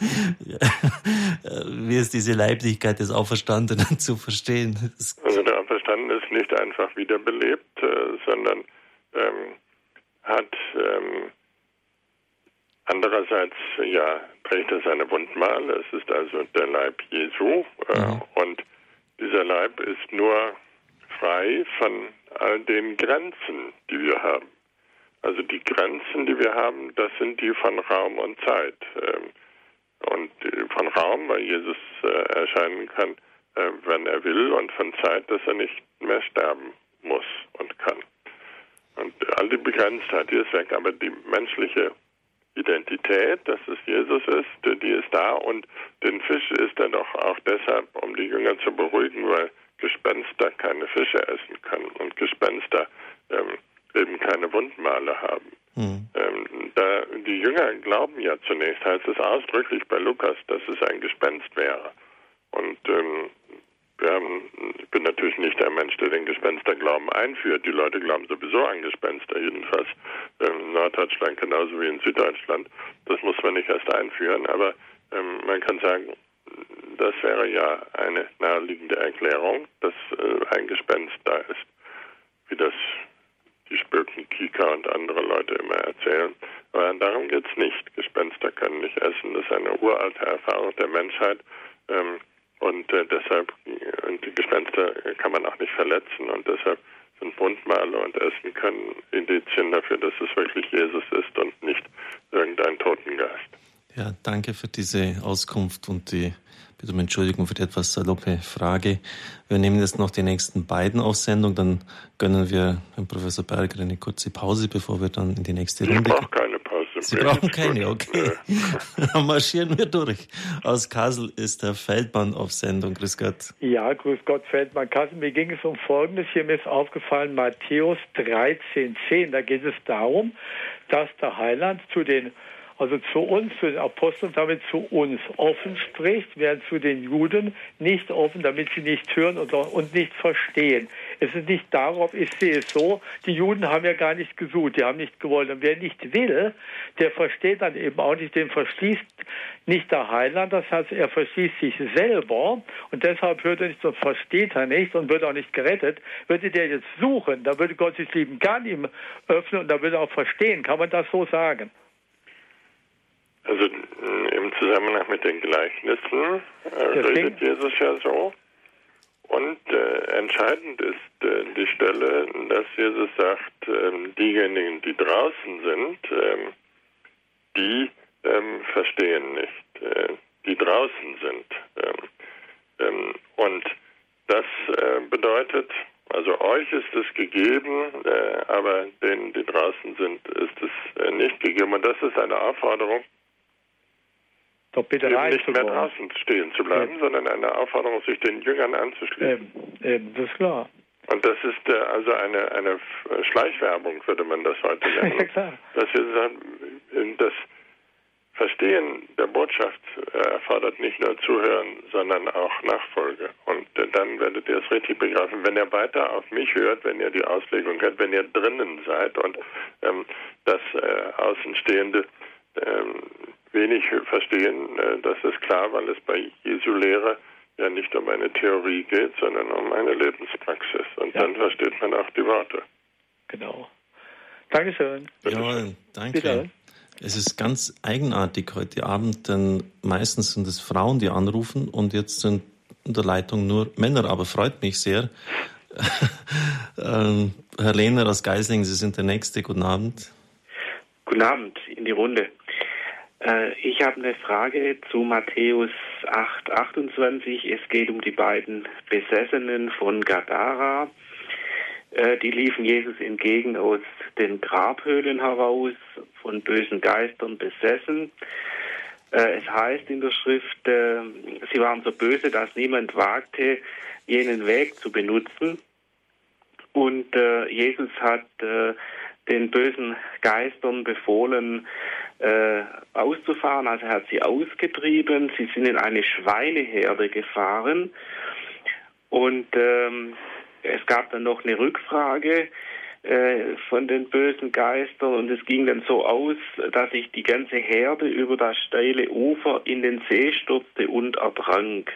Wie ist diese Leiblichkeit des Auferstandenen zu verstehen? Also der Auferstandene ist nicht einfach wiederbelebt, äh, sondern ähm, hat ähm, andererseits, ja, trägt er seine Wundmale. Es ist also der Leib Jesu äh, mhm. und dieser Leib ist nur frei von all den Grenzen, die wir haben. Also die Grenzen, die wir haben, das sind die von Raum und Zeit. Und von Raum, weil Jesus erscheinen kann, wenn er will, und von Zeit, dass er nicht mehr sterben muss und kann. Und all die Begrenztheit, die ist weg, aber die menschliche Identität, dass es Jesus ist, die ist da, und den Fisch isst er doch auch deshalb, um die Jünger zu beruhigen, weil Gespenster keine Fische essen können und Gespenster ähm, eben keine Wundmale haben. Mhm. Ähm, da, die Jünger glauben ja zunächst, heißt es ausdrücklich bei Lukas, dass es ein Gespenst wäre. Und ähm, wir haben, ich bin natürlich nicht der Mensch, der den Gespensterglauben einführt. Die Leute glauben sowieso an Gespenster, jedenfalls in Norddeutschland genauso wie in Süddeutschland. Das muss man nicht erst einführen, aber ähm, man kann sagen, das wäre ja eine naheliegende Erklärung, dass äh, ein Gespenst da ist, wie das die Spöken, Kika und andere Leute immer erzählen. Aber darum geht es nicht. Gespenster können nicht essen. Das ist eine uralte Erfahrung der Menschheit. Ähm, und äh, deshalb, und die Gespenster kann man auch nicht verletzen. Und deshalb sind Wundmale und Essen können Indizien dafür, dass es wirklich Jesus ist und nicht irgendein Totengeist. Ja, danke für diese Auskunft und die, bitte um Entschuldigung für die etwas saloppe Frage. Wir nehmen jetzt noch die nächsten beiden auf Sendung, dann gönnen wir Herrn Professor Berger eine kurze Pause, bevor wir dann in die nächste Runde gehen. Ich brauche keine Pause. Sie brauchen keine, okay. Dann marschieren wir durch. Aus Kassel ist Herr Feldmann auf Sendung. Grüß Gott. Ja, grüß Gott, Feldmann. Kassel, mir ging es um Folgendes. Hier mir ist aufgefallen, Matthäus dreizehn zehn. Da geht es darum, dass der Heiland zu den Also zu uns, zu den Aposteln, damit zu uns offen spricht, während zu den Juden nicht offen, damit sie nicht hören und, und nicht verstehen. Es ist nicht darauf, ich sehe es so, die Juden haben ja gar nicht gesucht, die haben nicht gewollt. Und wer nicht will, der versteht dann eben auch nicht, den verschließt nicht der Heiland, das heißt, er verschließt sich selber und deshalb hört er nicht und versteht er nicht und wird auch nicht gerettet. Würde der jetzt suchen, da würde Gott sich lieben gern ihm öffnen und da würde er auch verstehen. Kann man das so sagen? Also im Zusammenhang mit den Gleichnissen äh, redet Jesus ja so. Und äh, entscheidend ist äh, die Stelle, dass Jesus sagt, äh, diejenigen, die draußen sind, äh, die äh, verstehen nicht, äh, die draußen sind. Äh, äh, und das äh, bedeutet, also euch ist es gegeben, äh, aber denen, die draußen sind, ist es äh, nicht gegeben. Und das ist eine Aufforderung, Doch bitte eben nicht mehr draußen stehen zu bleiben, ja. sondern eine Aufforderung, sich den Jüngern anzuschließen. Eben, eben, das ist klar. Und das ist äh, also eine, eine Schleichwerbung, würde man das heute nennen. Ja, klar. Dass wir sagen, das Verstehen der Botschaft äh, erfordert nicht nur Zuhören, sondern auch Nachfolge. Und äh, dann werdet ihr es richtig begreifen, wenn ihr weiter auf mich hört, wenn ihr die Auslegung hört, wenn ihr drinnen seid und ähm, das äh, Außenstehende ähm, wenig verstehen. Äh, das ist klar, weil es bei Jesu Lehre ja nicht um eine Theorie geht, sondern um eine Lebenspraxis. Und ja. dann versteht man auch die Worte. Genau. Dankeschön. Ja, danke. Bitte. Es ist ganz eigenartig heute Abend, denn meistens sind es Frauen, die anrufen und jetzt sind in der Leitung nur Männer, aber freut mich sehr. ähm, Herr Lehner aus Geislingen, Sie sind der Nächste. Guten Abend. Guten Abend in die Runde. Äh, ich habe eine Frage zu Matthäus acht achtundzwanzig. Es geht um die beiden Besessenen von Gadara. Äh, die liefen Jesus entgegen aus den Grabhöhlen heraus, von bösen Geistern besessen. Äh, es heißt in der Schrift, äh, sie waren so böse, dass niemand wagte, jenen Weg zu benutzen. Und äh, Jesus hat äh, den bösen Geistern befohlen, äh, auszufahren. Also er hat sie ausgetrieben. Sie sind in eine Schweineherde gefahren. Und ähm, es gab dann noch eine Rückfrage äh, von den bösen Geistern. Und es ging dann so aus, dass sich die ganze Herde über das steile Ufer in den See stürzte und ertrank.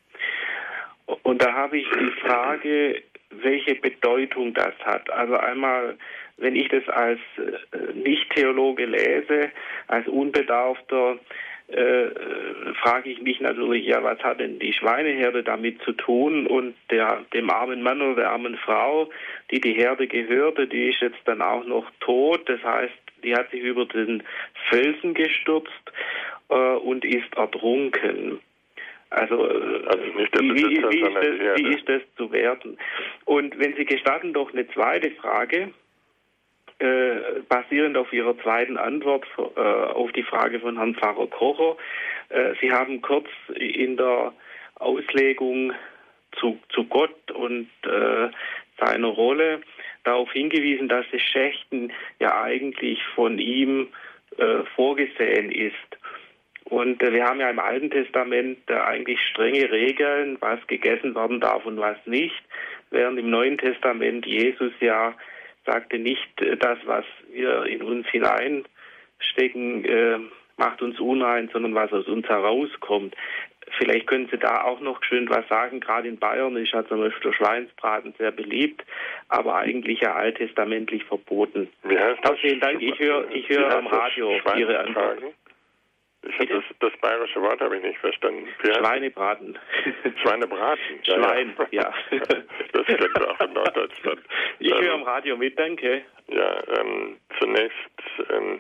Und da habe ich die Frage, welche Bedeutung das hat. Also einmal, wenn ich das als äh, Nicht-Theologe lese, als Unbedarfter, äh, frage ich mich natürlich, ja, was hat denn die Schweineherde damit zu tun? Und der, dem armen Mann oder der armen Frau, die die Herde gehörte, die ist jetzt dann auch noch tot. Das heißt, die hat sich über den Felsen gestürzt äh, und ist ertrunken. Also, also nicht der Besitzer, wie, wie, ist das, wie ist das zu werten? Und wenn Sie gestatten, doch eine zweite Frage, äh, basierend auf Ihrer zweiten Antwort äh, auf die Frage von Herrn Pfarrer Kocher. Äh, Sie haben kurz in der Auslegung zu, zu Gott und äh, seiner Rolle darauf hingewiesen, dass das Schächten ja eigentlich von ihm äh, vorgesehen ist. Und äh, wir haben ja im Alten Testament äh, eigentlich strenge Regeln, was gegessen werden darf und was nicht, während im Neuen Testament Jesus ja sagte, nicht äh, das, was wir in uns hineinstecken, äh, macht uns unrein, sondern was aus uns herauskommt. Vielleicht können Sie da auch noch schön was sagen. Gerade in Bayern ist ja zum Beispiel der Schweinsbraten sehr beliebt, aber eigentlich ja alttestamentlich verboten. Wie heißt das? Vielen Dank. Ich höre ich hör am Radio Ihre Antworten. Ich habe das, das bayerische Wort habe ich nicht verstanden. Schweinebraten. Schweinebraten. Ja, Schwein, ja. ja. Das kennt man auch in Norddeutschland. Ich ähm, höre am Radio mit, danke. Ja, ähm, zunächst, ähm,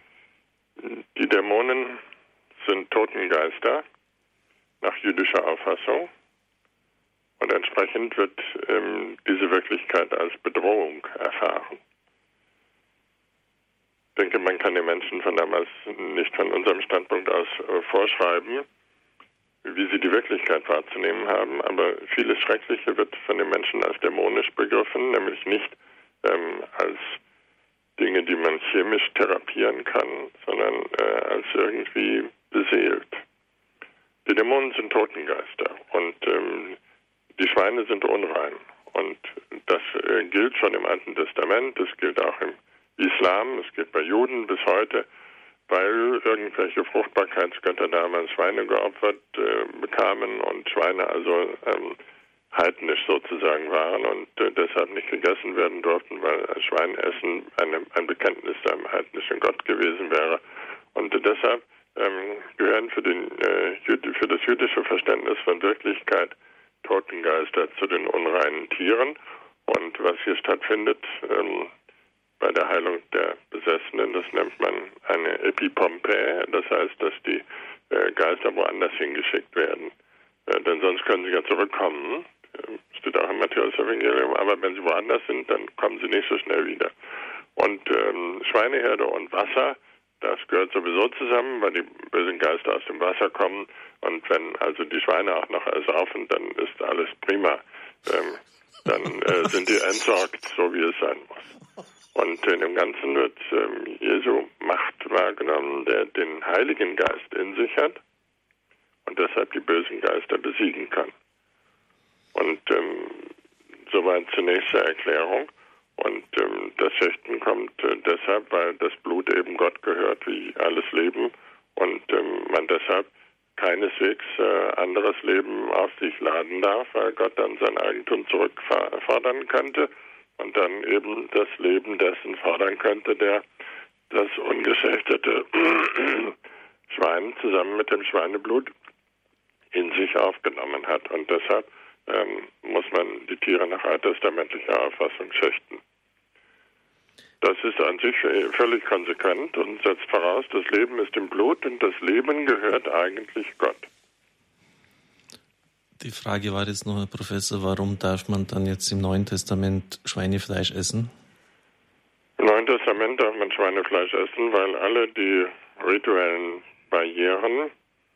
die Dämonen sind Totengeister nach jüdischer Auffassung. Und entsprechend wird ähm, diese Wirklichkeit als Bedrohung erfahren. Ich denke, man kann den Menschen von damals nicht von unserem Standpunkt aus äh, vorschreiben, wie sie die Wirklichkeit wahrzunehmen haben, aber vieles Schreckliche wird von den Menschen als dämonisch begriffen, nämlich nicht ähm, als Dinge, die man chemisch therapieren kann, sondern äh, als irgendwie beseelt. Die Dämonen sind Totengeister und ähm, die Schweine sind unrein. Und das äh, gilt schon im Alten Testament, das gilt auch im Islam, es gilt bei Juden bis heute, weil irgendwelche Fruchtbarkeitsgötter damals Schweine geopfert äh, bekamen und Schweine also ähm, heidnisch sozusagen waren und äh, deshalb nicht gegessen werden durften, weil Schweinessen eine, ein Bekenntnis zu einem heidnischen Gott gewesen wäre. Und äh, deshalb ähm, gehören für, den, äh, für das jüdische Verständnis von Wirklichkeit Totengeister zu den unreinen Tieren. Und was hier stattfindet, ähm, bei der Heilung der Besessenen, das nennt man eine Epipompä, das heißt, dass die äh, Geister woanders hingeschickt werden. Äh, denn sonst können sie ja zurückkommen, äh, steht auch im Matthäus-Evangelium, aber wenn sie woanders sind, dann kommen sie nicht so schnell wieder. Und ähm, Schweineherde und Wasser, das gehört sowieso zusammen, weil die bösen Geister aus dem Wasser kommen. Und wenn also die Schweine auch noch ersaufen, dann ist alles prima. Ähm, dann äh, sind die entsorgt, so wie es sein muss. Und in dem Ganzen wird ähm, Jesu Macht wahrgenommen, der den Heiligen Geist in sich hat und deshalb die bösen Geister besiegen kann. Und ähm, soweit zunächst zur Erklärung. Und ähm, das Schächten kommt äh, deshalb, weil das Blut eben Gott gehört, wie alles Leben, und ähm, man deshalb keineswegs äh, anderes Leben auf sich laden darf, weil Gott dann sein Eigentum zurückfordern könnte und dann eben das Leben dessen fordern könnte, der das ungeschächtete Schwein zusammen mit dem Schweineblut in sich aufgenommen hat. Und deshalb ähm, muss man die Tiere nach alttestamentlicher Auffassung schächten. Das ist an sich völlig konsequent und setzt voraus, das Leben ist im Blut und das Leben gehört eigentlich Gott. Die Frage war jetzt noch, Herr Professor, warum darf man dann jetzt im Neuen Testament Schweinefleisch essen? Im Neuen Testament darf man Schweinefleisch essen, weil alle die rituellen Barrieren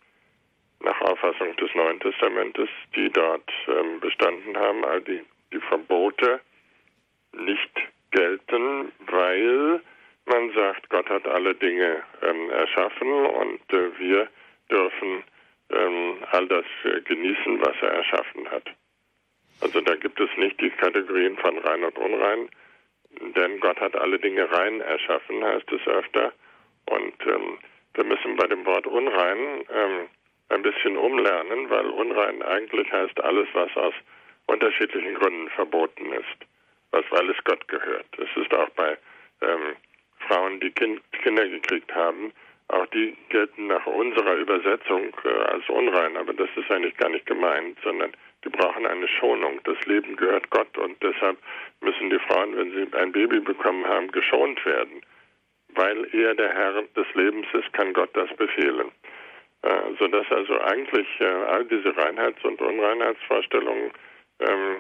nach Auffassung des Neuen Testamentes, die dort ähm, bestanden haben, all die, die Verbote nicht gelten, weil man sagt, Gott hat alle Dinge ähm, erschaffen und äh, wir dürfen ähm, all das äh, genießen, was er erschaffen hat. Also da gibt es nicht die Kategorien von rein und unrein, denn Gott hat alle Dinge rein erschaffen, heißt es öfter. Und ähm, wir müssen bei dem Wort unrein ähm, ein bisschen umlernen, weil unrein eigentlich heißt alles, was aus unterschiedlichen Gründen verboten ist. Was, weil es Gott gehört. Es ist auch bei ähm, Frauen, die kind, Kinder gekriegt haben, auch die gelten nach unserer Übersetzung äh, als unrein, aber das ist eigentlich gar nicht gemeint, sondern die brauchen eine Schonung. Das Leben gehört Gott und deshalb müssen die Frauen, wenn sie ein Baby bekommen haben, geschont werden. Weil er der Herr des Lebens ist, kann Gott das befehlen. Äh, sodass also eigentlich äh, all diese Reinheits- und Unreinheitsvorstellungen ähm,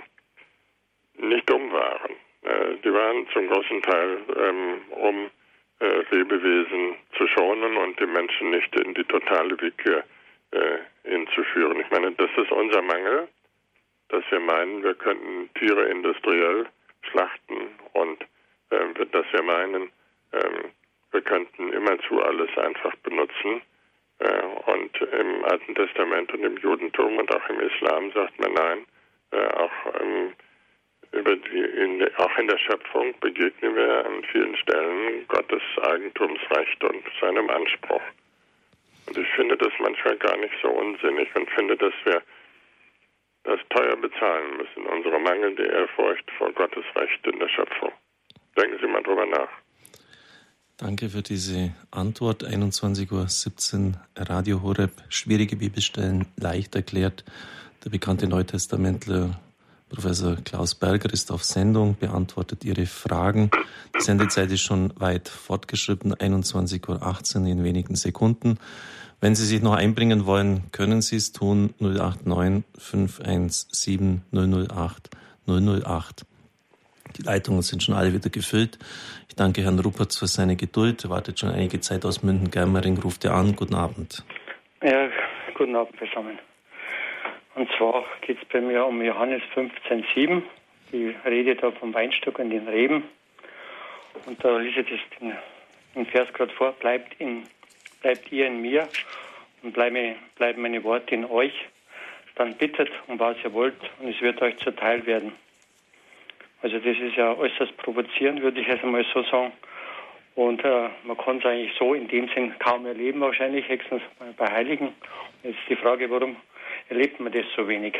nicht dumm waren. Äh, die waren zum großen Teil, ähm, um äh, Lebewesen zu schonen und die Menschen nicht in die totale Willkür äh, hinzuführen. Ich meine, das ist unser Mangel, dass wir meinen, wir könnten Tiere industriell schlachten und äh, dass wir meinen, äh, wir könnten immerzu alles einfach benutzen. Äh, und im Alten Testament und im Judentum und auch im Islam sagt man nein, äh, auch ähm, Über die, in, auch in der Schöpfung begegnen wir an vielen Stellen Gottes Eigentumsrecht und seinem Anspruch. Und ich finde das manchmal gar nicht so unsinnig und finde, dass wir das teuer bezahlen müssen, unsere mangelnde Ehrfurcht vor Gottes Recht in der Schöpfung. Denken Sie mal drüber nach. Danke für diese Antwort. einundzwanzig Uhr siebzehn, Radio Horeb, schwierige Bibelstellen leicht erklärt. Der bekannte Neutestamentler Professor Klaus Berger ist auf Sendung, beantwortet Ihre Fragen. Die Sendezeit ist schon weit fortgeschritten, einundzwanzig Uhr achtzehn in wenigen Sekunden. Wenn Sie sich noch einbringen wollen, können Sie es tun, null acht neun fünf eins sieben null null acht null null acht. Die Leitungen sind schon alle wieder gefüllt. Ich danke Herrn Ruppertz für seine Geduld. Er wartet schon einige Zeit aus München-Germering, ruft er an. Guten Abend. Ja, guten Abend zusammen. Und zwar geht es bei mir um Johannes fünfzehn sieben, die Rede da vom Weinstock und den Reben. Und da lese ich das den, den Vers gerade vor, bleibt, in, bleibt ihr in mir und bleibe, bleiben meine Worte in euch. Dann bittet um was ihr wollt und es wird euch zuteil werden. Also das ist ja äußerst provozierend, würde ich jetzt einmal so sagen. Und äh, man kann es eigentlich so in dem Sinn kaum erleben, wahrscheinlich, höchstens bei Heiligen. Jetzt ist die Frage, warum erlebt man das so wenig?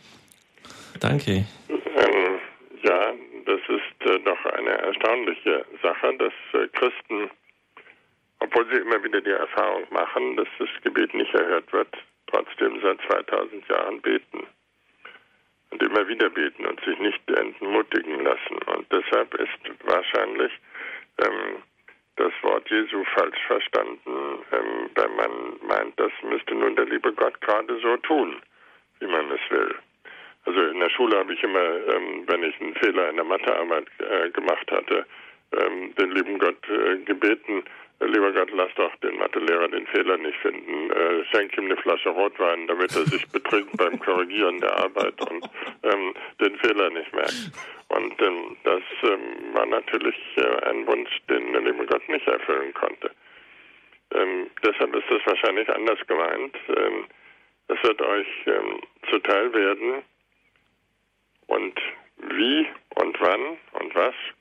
Danke. Ähm, ja, das ist äh, doch eine erstaunliche Sache, dass äh, Christen, obwohl sie immer wieder die Erfahrung machen, dass das Gebet nicht erhört wird, trotzdem seit zweitausend Jahren beten. Und immer wieder beten und sich nicht entmutigen lassen. Und deshalb ist wahrscheinlich ähm, das Wort Jesu falsch verstanden, ähm, wenn man meint, das müsste nun der liebe Gott gerade so tun, wie man es will. Also in der Schule habe ich immer, ähm, wenn ich einen Fehler in der Mathearbeit äh, gemacht hatte, ähm, den lieben Gott äh, gebeten, äh, lieber Gott, lass doch den Mathelehrer den Fehler nicht finden, äh, schenk ihm eine Flasche Rotwein, damit er sich betrinkt beim Korrigieren der Arbeit und ähm, den Fehler nicht merkt. Und ähm, das ähm, war natürlich äh, ein Wunsch, den der liebe Gott nicht erfüllen konnte. Ähm, deshalb ist es wahrscheinlich anders gemeint. Ähm, es wird euch ähm, zuteil werden und wie und wann und was Gott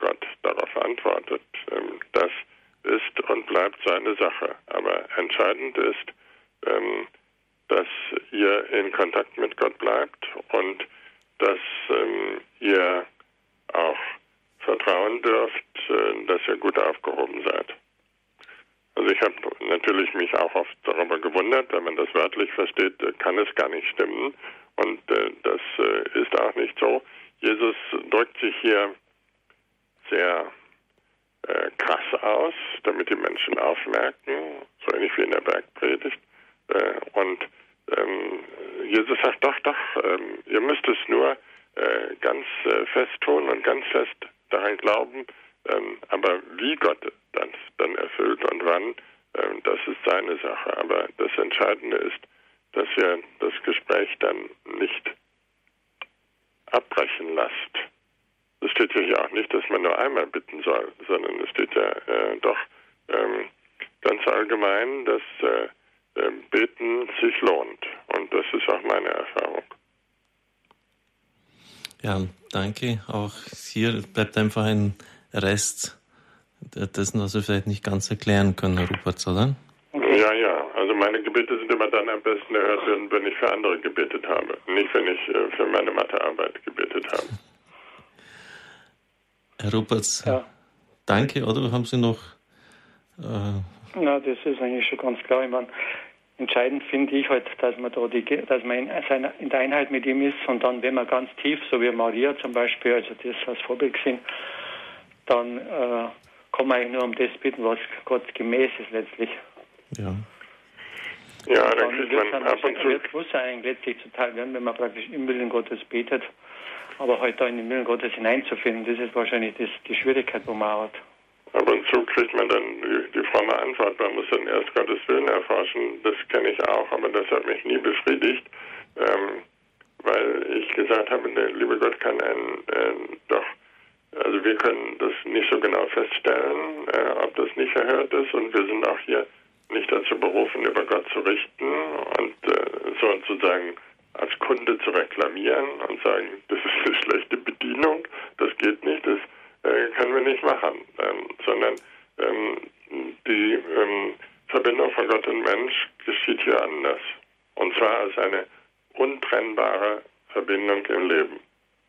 darauf antwortet, ähm, das ist und bleibt seine Sache. Aber entscheidend ist, ähm, dass ihr in Kontakt mit Gott bleibt und dass ähm, ihr auch vertrauen dürft, äh, dass ihr gut aufgehoben seid. Also ich habe natürlich mich auch oft darüber gewundert, wenn man das wörtlich versteht, kann es gar nicht stimmen. Und äh, das äh, ist auch nicht so. Jesus drückt sich hier sehr äh, krass aus, damit die Menschen aufmerken, so ähnlich wie in der Bergpredigt. Äh, und ähm, Jesus sagt, doch, doch, ähm, ihr müsst es nur äh, ganz äh, fest tun und ganz fest daran glauben, ähm, aber wie Gott das dann erfüllt und wann, ähm, das ist seine Sache. Aber das Entscheidende ist, dass ihr das Gespräch dann nicht abbrechen lasst. Es steht ja hier auch nicht, dass man nur einmal bitten soll, sondern es steht ja äh, doch ähm, ganz allgemein, dass äh, äh, Beten sich lohnt. Und das ist auch meine Erfahrung. Ja, danke. Auch hier bleibt einfach ein Rest dessen, was wir vielleicht nicht ganz erklären können, Herr Rupert, oder? Ja, ja. Also meine Gebete sind immer dann am besten erhört werden, wenn ich für andere gebetet habe. Nicht, wenn ich äh, für meine Mathearbeit gebetet habe. Herr Rupertz, ja. Danke, oder haben Sie noch... Äh Na, das ist eigentlich schon ganz klar. Ich meine, entscheidend finde ich halt, dass man da die, dass man in, seiner, in der Einheit mit ihm ist und dann, wenn man ganz tief, so wie Maria zum Beispiel, also das als Vorbild gesehen, dann äh, kann man eigentlich nur um das bitten, was Gott gemäß ist letztlich. Ja. Ja, dann, dann kriegt man dann ab und zu... Wird muss eigentlich letztlich zuteil werden, wenn man praktisch im Willen Gottes betet. Aber heute halt in den Willen Gottes hineinzufinden, das ist wahrscheinlich das, die Schwierigkeit, wo man hat. Ab und zu kriegt man dann die, die fromme Antwort, man muss dann erst Gottes Willen erforschen. Das kenne ich auch, aber das hat mich nie befriedigt, ähm, weil ich gesagt habe, der liebe Gott kann einen äh, doch, also wir können das nicht so genau feststellen, äh, ob das nicht erhört ist, und wir sind auch hier nicht dazu berufen, über Gott zu richten und äh, sozusagen als Kunde zu reklamieren und sagen, das ist eine schlechte Bedienung, das geht nicht, das äh, können wir nicht machen, ähm, sondern ähm, die ähm, Verbindung von Gott und Mensch geschieht hier anders. Und zwar als eine untrennbare Verbindung im Leben.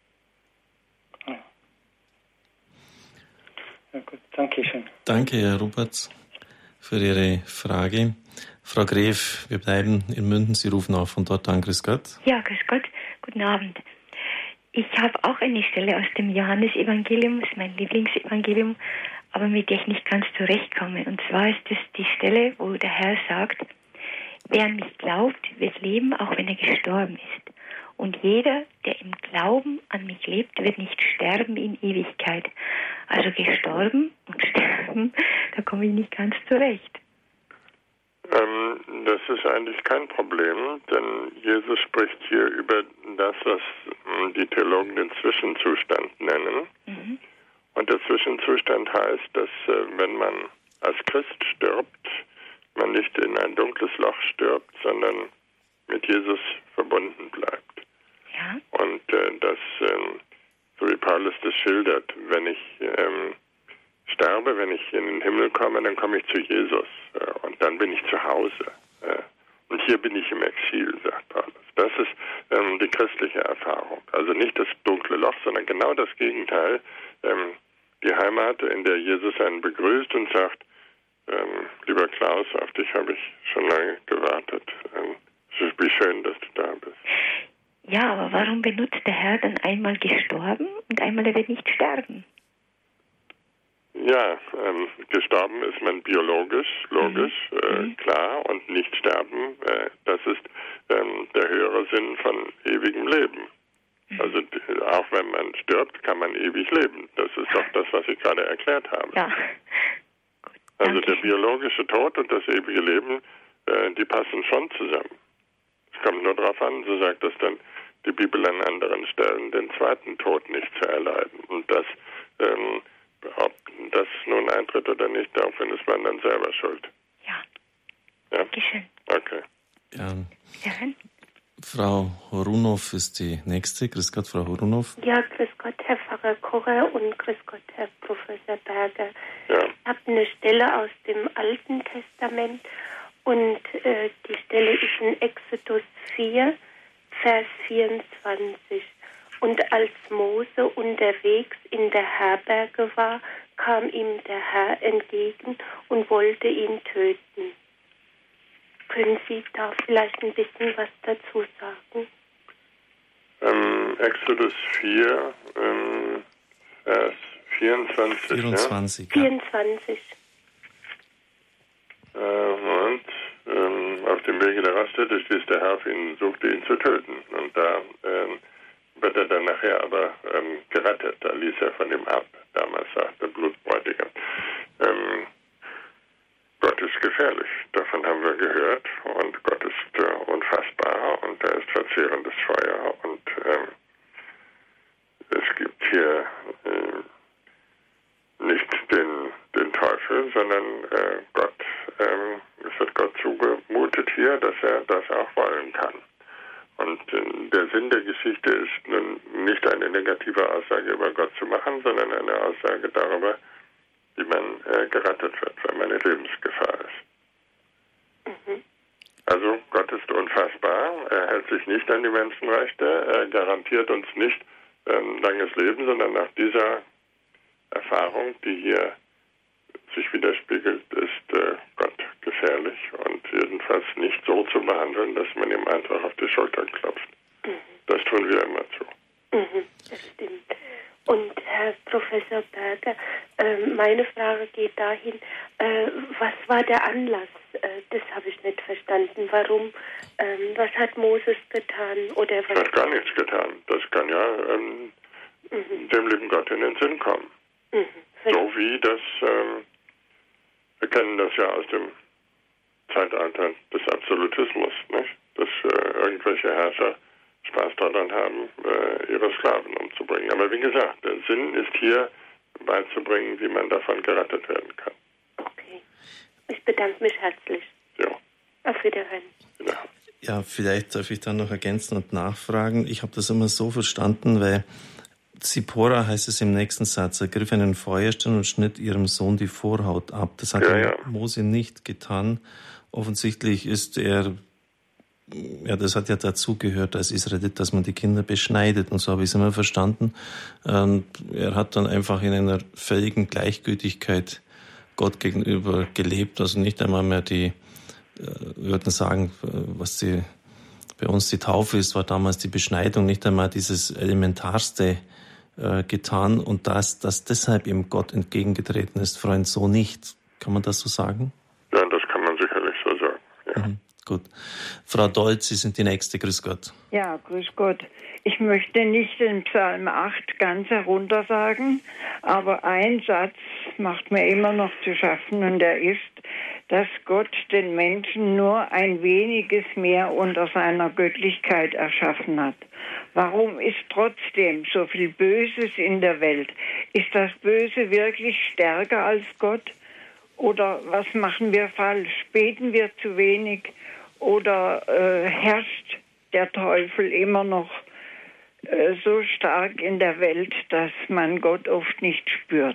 Ja, gut, danke schön. Danke, Herr Rupertz, für Ihre Frage. Frau Gref, wir bleiben in Münden. Sie rufen auch von dort an. Grüß Gott. Ja, grüß Gott. Guten Abend. Ich habe auch eine Stelle aus dem Johannesevangelium, das ist mein Lieblingsevangelium, aber mit der ich nicht ganz zurechtkomme. Und zwar ist es die Stelle, wo der Herr sagt, wer an mich glaubt, wird leben, auch wenn er gestorben ist. Und jeder, der im Glauben an mich lebt, wird nicht sterben in Ewigkeit. Also gestorben und sterben, da komme ich nicht ganz zurecht. Ähm, das ist eigentlich kein Problem, denn Jesus spricht hier über das, was die Theologen den Zwischenzustand nennen. Mhm. Und der Zwischenzustand heißt, dass äh, wenn man als Christ stirbt, man nicht in ein dunkles Loch stirbt, sondern mit Jesus verbunden bleibt. Ja. Und äh, das, ähm, so wie Paulus das schildert, wenn ich ähm, sterbe, wenn ich in den Himmel komme, dann komme ich zu Jesus äh, und dann bin ich zu Hause. Äh, und hier bin ich im Exil, sagt Paulus. Das ist ähm, die christliche Erfahrung. Also nicht das dunkle Loch, sondern genau das Gegenteil. Ähm, die Heimat, in der Jesus einen begrüßt und sagt, ähm, lieber Klaus, auf dich habe ich schon lange gewartet. Ähm, wie schön, dass du da bist. Ja, aber warum benutzt der Herr dann einmal gestorben und einmal er wird nicht sterben? Ja, ähm, gestorben ist man biologisch, logisch, mhm. äh, mhm. klar, und nicht sterben, äh, das ist ähm, der höhere Sinn von ewigem Leben. Mhm. Also d- auch wenn man stirbt, kann man ewig leben. Das ist doch das, was ich gerade erklärt habe. Ja. Gut, also der biologische Tod und das ewige Leben, äh, die passen schon zusammen. Es kommt nur darauf an, so sagt das dann die Bibel an anderen Stellen, den zweiten Tod nicht zu erleiden. Und das, ähm, ob das nun eintritt oder nicht, daraufhin ist man dann selber schuld. Ja. Ja? Dankeschön. Okay. Ja. Ja. Frau Horunow ist die nächste. Grüß Gott, Frau Horunow. Ja, grüß Gott, Herr Pfarrer Kocher und grüß Gott, Herr Professor Berger. Ja. Ich habe eine Stelle aus dem Alten Testament und äh, die Stelle ist in Exodus vier, Vers vierundzwanzig. Und als Mose unterwegs in der Herberge war, kam ihm der Herr entgegen und wollte ihn töten. Können Sie da vielleicht ein bisschen was dazu sagen? Ähm, Exodus vier, ähm, Vers vierundzwanzig. vierundzwanzig. Ja? vierundzwanzig. Äh, und ähm, auf dem Wege der Raststätte stieß der Herr auf ihn, suchte ihn zu töten. Und da ähm, wird er dann nachher aber ähm, gerettet. Da ließ er von ihm ab. Damals sagte Blutbräutigam. Ähm, Gott ist gefährlich. Davon haben wir gehört. Und Gott ist äh, unfassbar. Und er ist verzehrendes Feuer. Und ähm, es gibt hier äh, nicht den, den Teufel, sondern äh, Gott. Ähm, es wird Gott zugemutet hier, dass er das auch wollen kann. Und äh, der Sinn der Geschichte ist nun nicht eine negative Aussage über Gott zu machen, sondern eine Aussage darüber, wie man äh, gerettet wird, wenn man in Lebensgefahr ist. Mhm. Also Gott ist unfassbar, er hält sich nicht an die Menschenrechte, er garantiert uns nicht ähm, langes Leben, sondern nach dieser Erfahrung, die hier sich widerspiegelt, ist äh, Gott gefährlich und jedenfalls nicht so zu behandeln, dass man ihm einfach auf die Schulter klopft. Mhm. Das tun wir immer zu. Mhm, das stimmt. Und Herr Professor Berger, äh, meine Frage geht dahin, äh, was war der Anlass? Äh, das habe ich nicht verstanden. Warum? Ähm, was hat Moses getan? Oder was? Er hat gar nichts getan. Das kann ja ähm, mhm. dem lieben Gott in den Sinn kommen. Mhm. So wie das, ähm, wir kennen das ja aus dem Zeitalter des Absolutismus, nicht? Dass äh, irgendwelche Herrscher Spaß daran haben, äh, ihre Sklaven umzubringen. Aber wie gesagt, der Sinn ist hier beizubringen, wie man davon gerettet werden kann. Okay. Ich bedanke mich herzlich. Ja. Auf Wiederhören. Ja. Ja, vielleicht darf ich dann noch ergänzen und nachfragen. Ich habe das immer so verstanden, weil Zippora, heißt es im nächsten Satz, ergriff einen Feuerstein und schnitt ihrem Sohn die Vorhaut ab. Das hat ja, ja. Mose nicht getan. Offensichtlich ist er, ja, das hat ja dazugehört als Israelit, dass man die Kinder beschneidet. Und so habe ich es immer verstanden. Und er hat dann einfach in einer völligen Gleichgültigkeit Gott gegenüber gelebt. Also nicht einmal mehr die, wir würden sagen, was die, bei uns die Taufe ist, war damals die Beschneidung, nicht einmal dieses Elementarste äh, getan. Und dass das deshalb ihm Gott entgegengetreten ist, Freund, so nicht. Kann man das so sagen? Ja, das kann man sicherlich so sagen. Ja. Mhm. Gut. Frau Deutz, Sie sind die Nächste. Grüß Gott. Ja, grüß Gott. Ich möchte nicht den Psalm acht ganz herunter sagen, aber ein Satz macht mir immer noch zu schaffen und der ist, dass Gott den Menschen nur ein weniges mehr unter seiner Göttlichkeit erschaffen hat. Warum ist trotzdem so viel Böses in der Welt? Ist das Böse wirklich stärker als Gott? Oder was machen wir falsch? Beten wir zu wenig? Oder äh, herrscht der Teufel immer noch äh, so stark in der Welt, dass man Gott oft nicht spürt?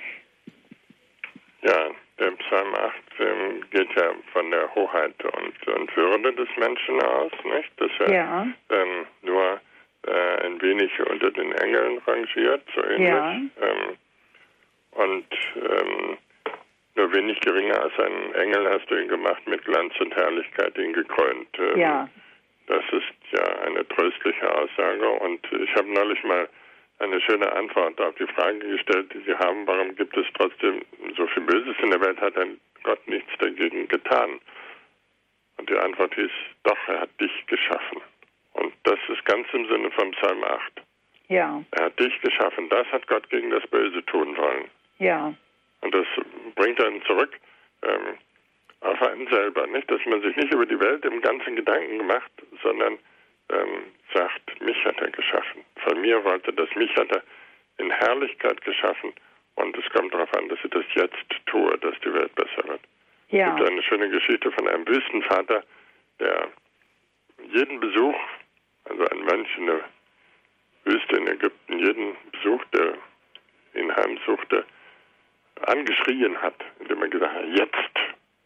Ja, der Psalm acht ähm, geht ja von der Hoheit und, und Würde des Menschen aus, nicht? Dass er ja. ähm, nur äh, ein wenig unter den Engeln rangiert, so ähnlich. Ja. Ähm, und ähm, nur wenig geringer als ein Engel hast du ihn gemacht, mit Glanz und Herrlichkeit ihn gekrönt. Ähm, ja. Das ist ja eine tröstliche Aussage und ich habe neulich mal eine schöne Antwort auf die Frage gestellt, die Sie haben, warum gibt es trotzdem so viel Böses in der Welt, hat ein Gott nichts dagegen getan? Und die Antwort hieß, doch, er hat dich geschaffen. Und das ist ganz im Sinne vom Psalm acht. Ja. Er hat dich geschaffen, das hat Gott gegen das Böse tun wollen. Ja. Und das bringt einen zurück ähm, auf einen selber, nicht? Dass man sich nicht über die Welt im ganzen Gedanken macht, sondern ähm, sagt, mich hat er geschaffen. Von mir wollte das, mich hat er in Herrlichkeit geschaffen. Und es kommt darauf an, dass ich das jetzt tue, dass die Welt besser wird. Ja. Es gibt eine schöne Geschichte von einem Wüstenvater, der jeden Besuch, also ein Mönch in der Wüste in Ägypten, jeden Besuch, der ihn heimsuchte, angeschrien hat, indem er gesagt hat, jetzt,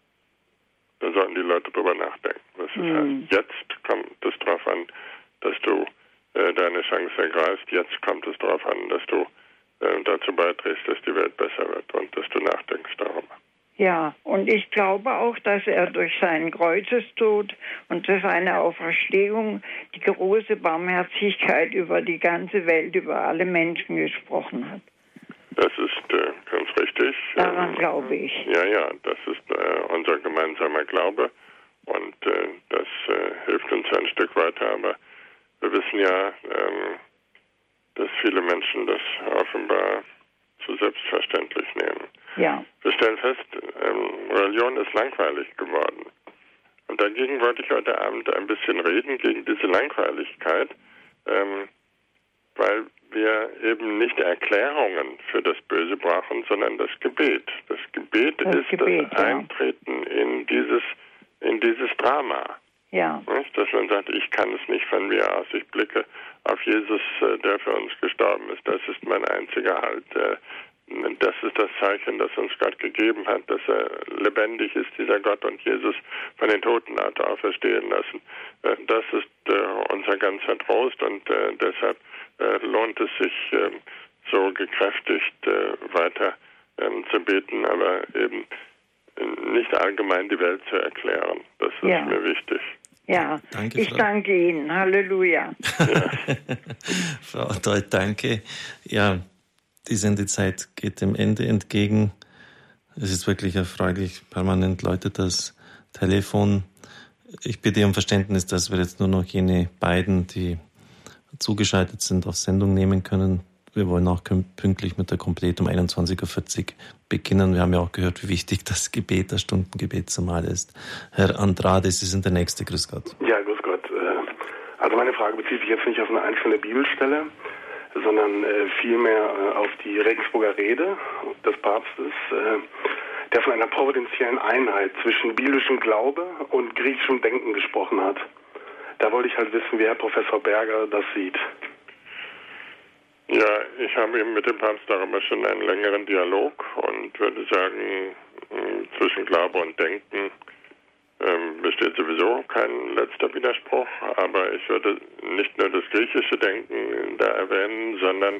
da sollten die Leute drüber nachdenken. Was es mhm. heißt. Jetzt kommt es darauf an, dass du äh, deine Chance ergreifst. Jetzt kommt es darauf an, dass du äh, dazu beiträgst, dass die Welt besser wird und dass du nachdenkst darüber. Ja, und ich glaube auch, dass er durch seinen Kreuzestod und durch seine Auferstehung die große Barmherzigkeit über die ganze Welt, über alle Menschen gesprochen hat. Das ist äh, ganz richtig. Daran ähm, glaube ich. Ja, ja, das ist äh, unser gemeinsamer Glaube und äh, das äh, hilft uns ein Stück weiter. Aber wir wissen ja, ähm, dass viele Menschen das offenbar zu selbstverständlich nehmen. Ja. Wir stellen fest, ähm, Religion ist langweilig geworden. Und dagegen wollte ich heute Abend ein bisschen reden, gegen diese Langweiligkeit, ähm, weil wir eben nicht Erklärungen für das Böse brauchen, sondern das Gebet. Das Gebet das ist Gebet, das ja. Eintreten in dieses, in dieses Drama. Ja. Nicht? Dass man sagt, ich kann es nicht von mir aus, ich blicke auf Jesus, der für uns gestorben ist. Das ist mein einziger Halt. Das ist das Zeichen, das uns Gott gegeben hat, dass er lebendig ist, dieser Gott, und Jesus von den Toten hat auferstehen lassen. Das ist unser ganzer Trost, und deshalb lohnt es sich, so gekräftigt weiter zu beten, aber eben nicht allgemein die Welt zu erklären. Das ist ja. mir wichtig. Ja, danke, ich Frau. danke Ihnen. Halleluja. Ja. Frau Deut, danke. Ja, die Sendezeit geht dem Ende entgegen. Es ist wirklich erfreulich. Permanent läutet das Telefon. Ich bitte um Verständnis, dass wir jetzt nur noch jene beiden, die zugeschaltet sind, auf Sendung nehmen können. Wir wollen auch pünktlich mit der Komplett um einundzwanzig Uhr vierzig beginnen. Wir haben ja auch gehört, wie wichtig das Gebet, das Stundengebet zumal ist. Herr Andrade, Sie sind der Nächste. Grüß Gott. Ja, grüß Gott. Also meine Frage bezieht sich jetzt nicht auf eine einzelne Bibelstelle, sondern vielmehr auf die Regensburger Rede des Papstes, der von einer providentiellen Einheit zwischen biblischem Glaube und griechischem Denken gesprochen hat. Da wollte ich halt wissen, wie Herr Professor Berger das sieht. Ja, ich habe eben mit dem Papst darüber schon einen längeren Dialog und würde sagen, zwischen Glaube und Denken ähm, besteht sowieso kein letzter Widerspruch, aber ich würde nicht nur das griechische Denken da erwähnen, sondern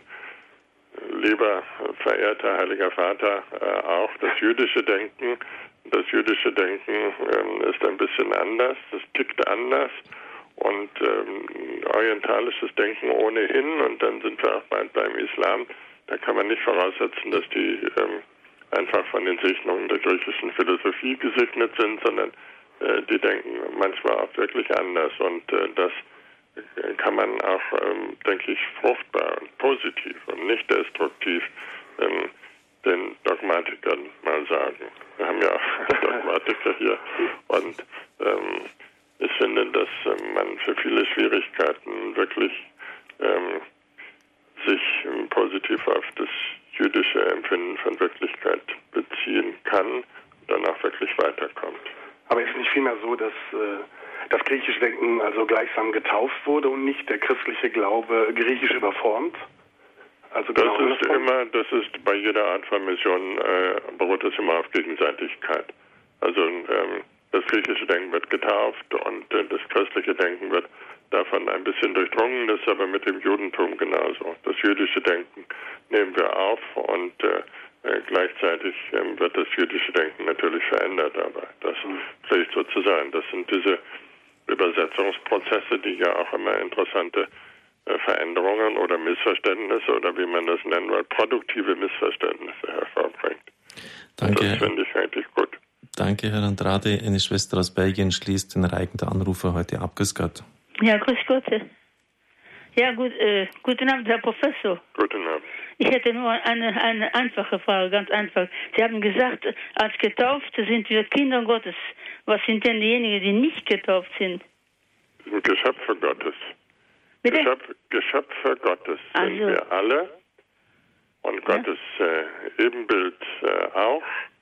lieber verehrter Heiliger Vater, äh, auch das jüdische Denken. Das jüdische Denken ähm, ist ein bisschen anders, es tickt anders. Und ähm, orientalisches Denken ohnehin, und dann sind wir auch bald beim Islam. Da kann man nicht voraussetzen, dass die ähm, einfach von den Segnungen der griechischen Philosophie gesegnet sind, sondern äh, die denken manchmal auch wirklich anders. Und äh, das kann man auch, ähm, denke ich, fruchtbar und positiv und nicht destruktiv ähm, den Dogmatikern mal sagen. Wir haben ja auch Dogmatiker hier, und ähm, ich finde, dass äh, man für viele Schwierigkeiten wirklich ähm, sich ähm, positiv auf das jüdische Empfinden von Wirklichkeit beziehen kann und dann auch wirklich weiterkommt. Aber ist es nicht vielmehr so, dass äh, das griechische Denken also gleichsam getauft wurde und nicht der christliche Glaube griechisch überformt? Also genau das ist immer, das ist bei jeder Art von Mission äh, beruht es immer auf Gegenseitigkeit. Also ähm, das griechische Denken wird getauft und äh, das christliche Denken wird davon ein bisschen durchdrungen. Das ist aber mit dem Judentum genauso. Das jüdische Denken nehmen wir auf, und äh, äh, gleichzeitig äh, wird das jüdische Denken natürlich verändert. Aber das mhm. pflegt so zu sein. Das sind diese Übersetzungsprozesse, die ja auch immer interessante äh, Veränderungen oder Missverständnisse oder wie man das nennen will, produktive Missverständnisse hervorbringt. Danke. Das finde ich eigentlich gut. Danke, Herr Andrade. Eine Schwester aus Belgien schließt den Reigen der Anrufer heute ab. Grüß Gott. Ja, grüß Gott. Ja, gut, äh, guten Abend, Herr Professor. Guten Abend. Ich hätte nur eine, eine einfache Frage, ganz einfach. Sie haben gesagt, als Getaufte sind wir Kinder Gottes. Was sind denn diejenigen, die nicht getauft sind? Geschöpfe Gottes. Bitte? Geschöpf, Geschöpfe Gottes also. sind wir alle. Und Gottes ja. äh, Ebenbild äh, auch.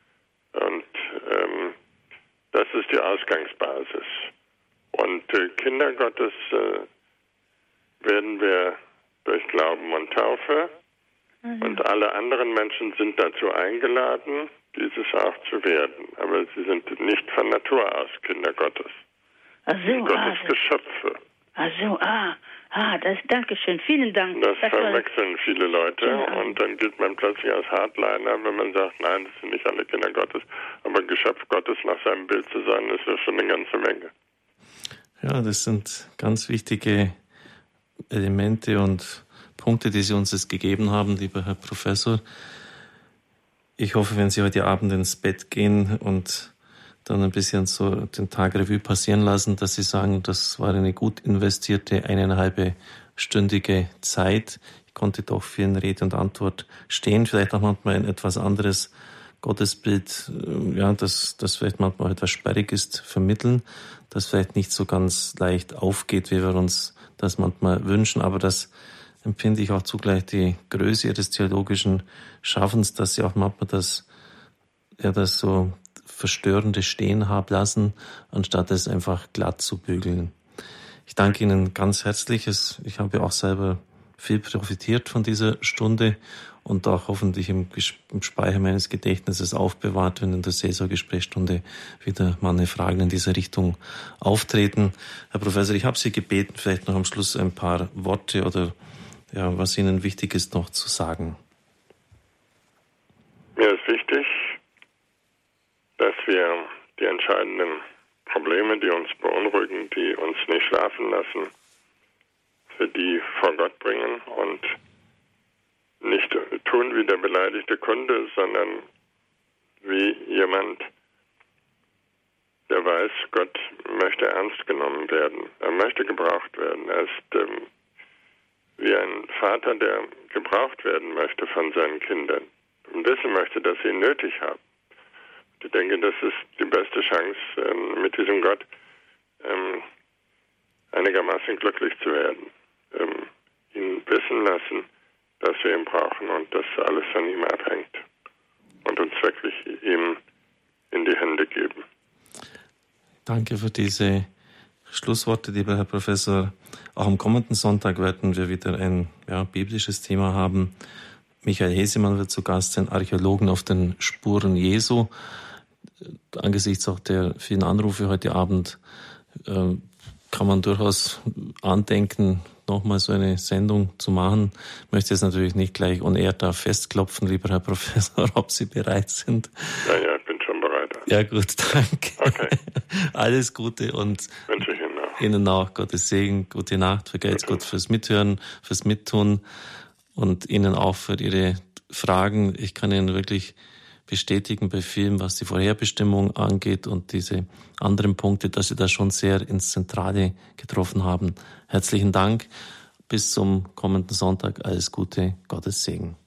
Und ähm, das ist die Ausgangsbasis. Und äh, Kinder Gottes äh, werden wir durch Glauben und Taufe Mhm. Und alle anderen Menschen sind dazu eingeladen, dieses auch zu werden. Aber sie sind nicht von Natur aus Kinder Gottes. Ach so, Gottes ah, Geschöpfe. Ach so, ah, ah, das, danke schön, vielen Dank. Das, das verwechseln war... viele Leute genau. Und dann gilt man plötzlich als Hardliner, wenn man sagt, nein, das sind nicht alle Kinder Gottes. Aber Geschöpf Gottes nach seinem Bild zu sein, ist ja schon eine ganze Menge. Ja, das sind ganz wichtige Elemente und Punkte, die Sie uns jetzt gegeben haben, lieber Herr Professor. Ich hoffe, wenn Sie heute Abend ins Bett gehen und dann ein bisschen so den Tag Revue passieren lassen, dass Sie sagen, das war eine gut investierte eineinhalbstündige Zeit. Ich konnte doch vielen Rede und Antwort stehen, vielleicht auch manchmal ein etwas anderes Gottesbild, ja, das, das vielleicht manchmal etwas sperrig ist, vermitteln, das vielleicht nicht so ganz leicht aufgeht, wie wir uns das manchmal wünschen, aber das empfinde ich auch zugleich die Größe Ihres theologischen Schaffens, dass Sie auch manchmal das, ja, das so Verstörende stehen haben lassen, anstatt es einfach glatt zu bügeln. Ich danke Ihnen ganz herzlich. Ich habe auch selber viel profitiert von dieser Stunde und auch hoffentlich im, im Speicher meines Gedächtnisses aufbewahrt, wenn in der Seelsorgegesprächsstunde wieder mal eine Fragen in dieser Richtung auftreten. Herr Professor, ich habe Sie gebeten, vielleicht noch am Schluss ein paar Worte oder ja, was Ihnen wichtig ist, noch zu sagen. Mir ist wichtig, dass wir die entscheidenden Probleme, die uns beunruhigen, die uns nicht schlafen lassen, für die vor Gott bringen und nicht tun wie der beleidigte Kunde, sondern wie jemand, der weiß, Gott möchte ernst genommen werden. Er möchte gebraucht werden. Er ist ähm, wie ein Vater, der gebraucht werden möchte von seinen Kindern und wissen möchte, dass sie ihn nötig haben. Ich denke, das ist die beste Chance, ähm, mit diesem Gott ähm, einigermaßen glücklich zu werden. Ähm, ihn wissen lassen, dass wir ihn brauchen und dass alles von ihm abhängt. Und uns wirklich ihm in die Hände geben. Danke für diese Schlussworte, lieber Herr Professor. Auch am kommenden Sonntag werden wir wieder ein ja, biblisches Thema haben. Michael Hesemann wird zu Gast sein, Archäologen auf den Spuren Jesu. Angesichts auch der vielen Anrufe heute Abend äh, kann man durchaus andenken, nochmal so eine Sendung zu machen. Ich möchte jetzt natürlich nicht gleich on air da festklopfen, lieber Herr Professor, ob Sie bereit sind. Ja, ja, ich bin schon bereit. Ja gut, danke. Okay. Alles Gute und wünsche ich Ihnen auch. Ihnen auch Gottes Segen, gute Nacht, vergelt's Gott fürs Mithören, fürs Mittun und Ihnen auch für Ihre Fragen. Ich kann Ihnen wirklich bestätigen bei vielen, was die Vorherbestimmung angeht und diese anderen Punkte, dass Sie da schon sehr ins Zentrale getroffen haben. Herzlichen Dank. Bis zum kommenden Sonntag. Alles Gute. Gottes Segen.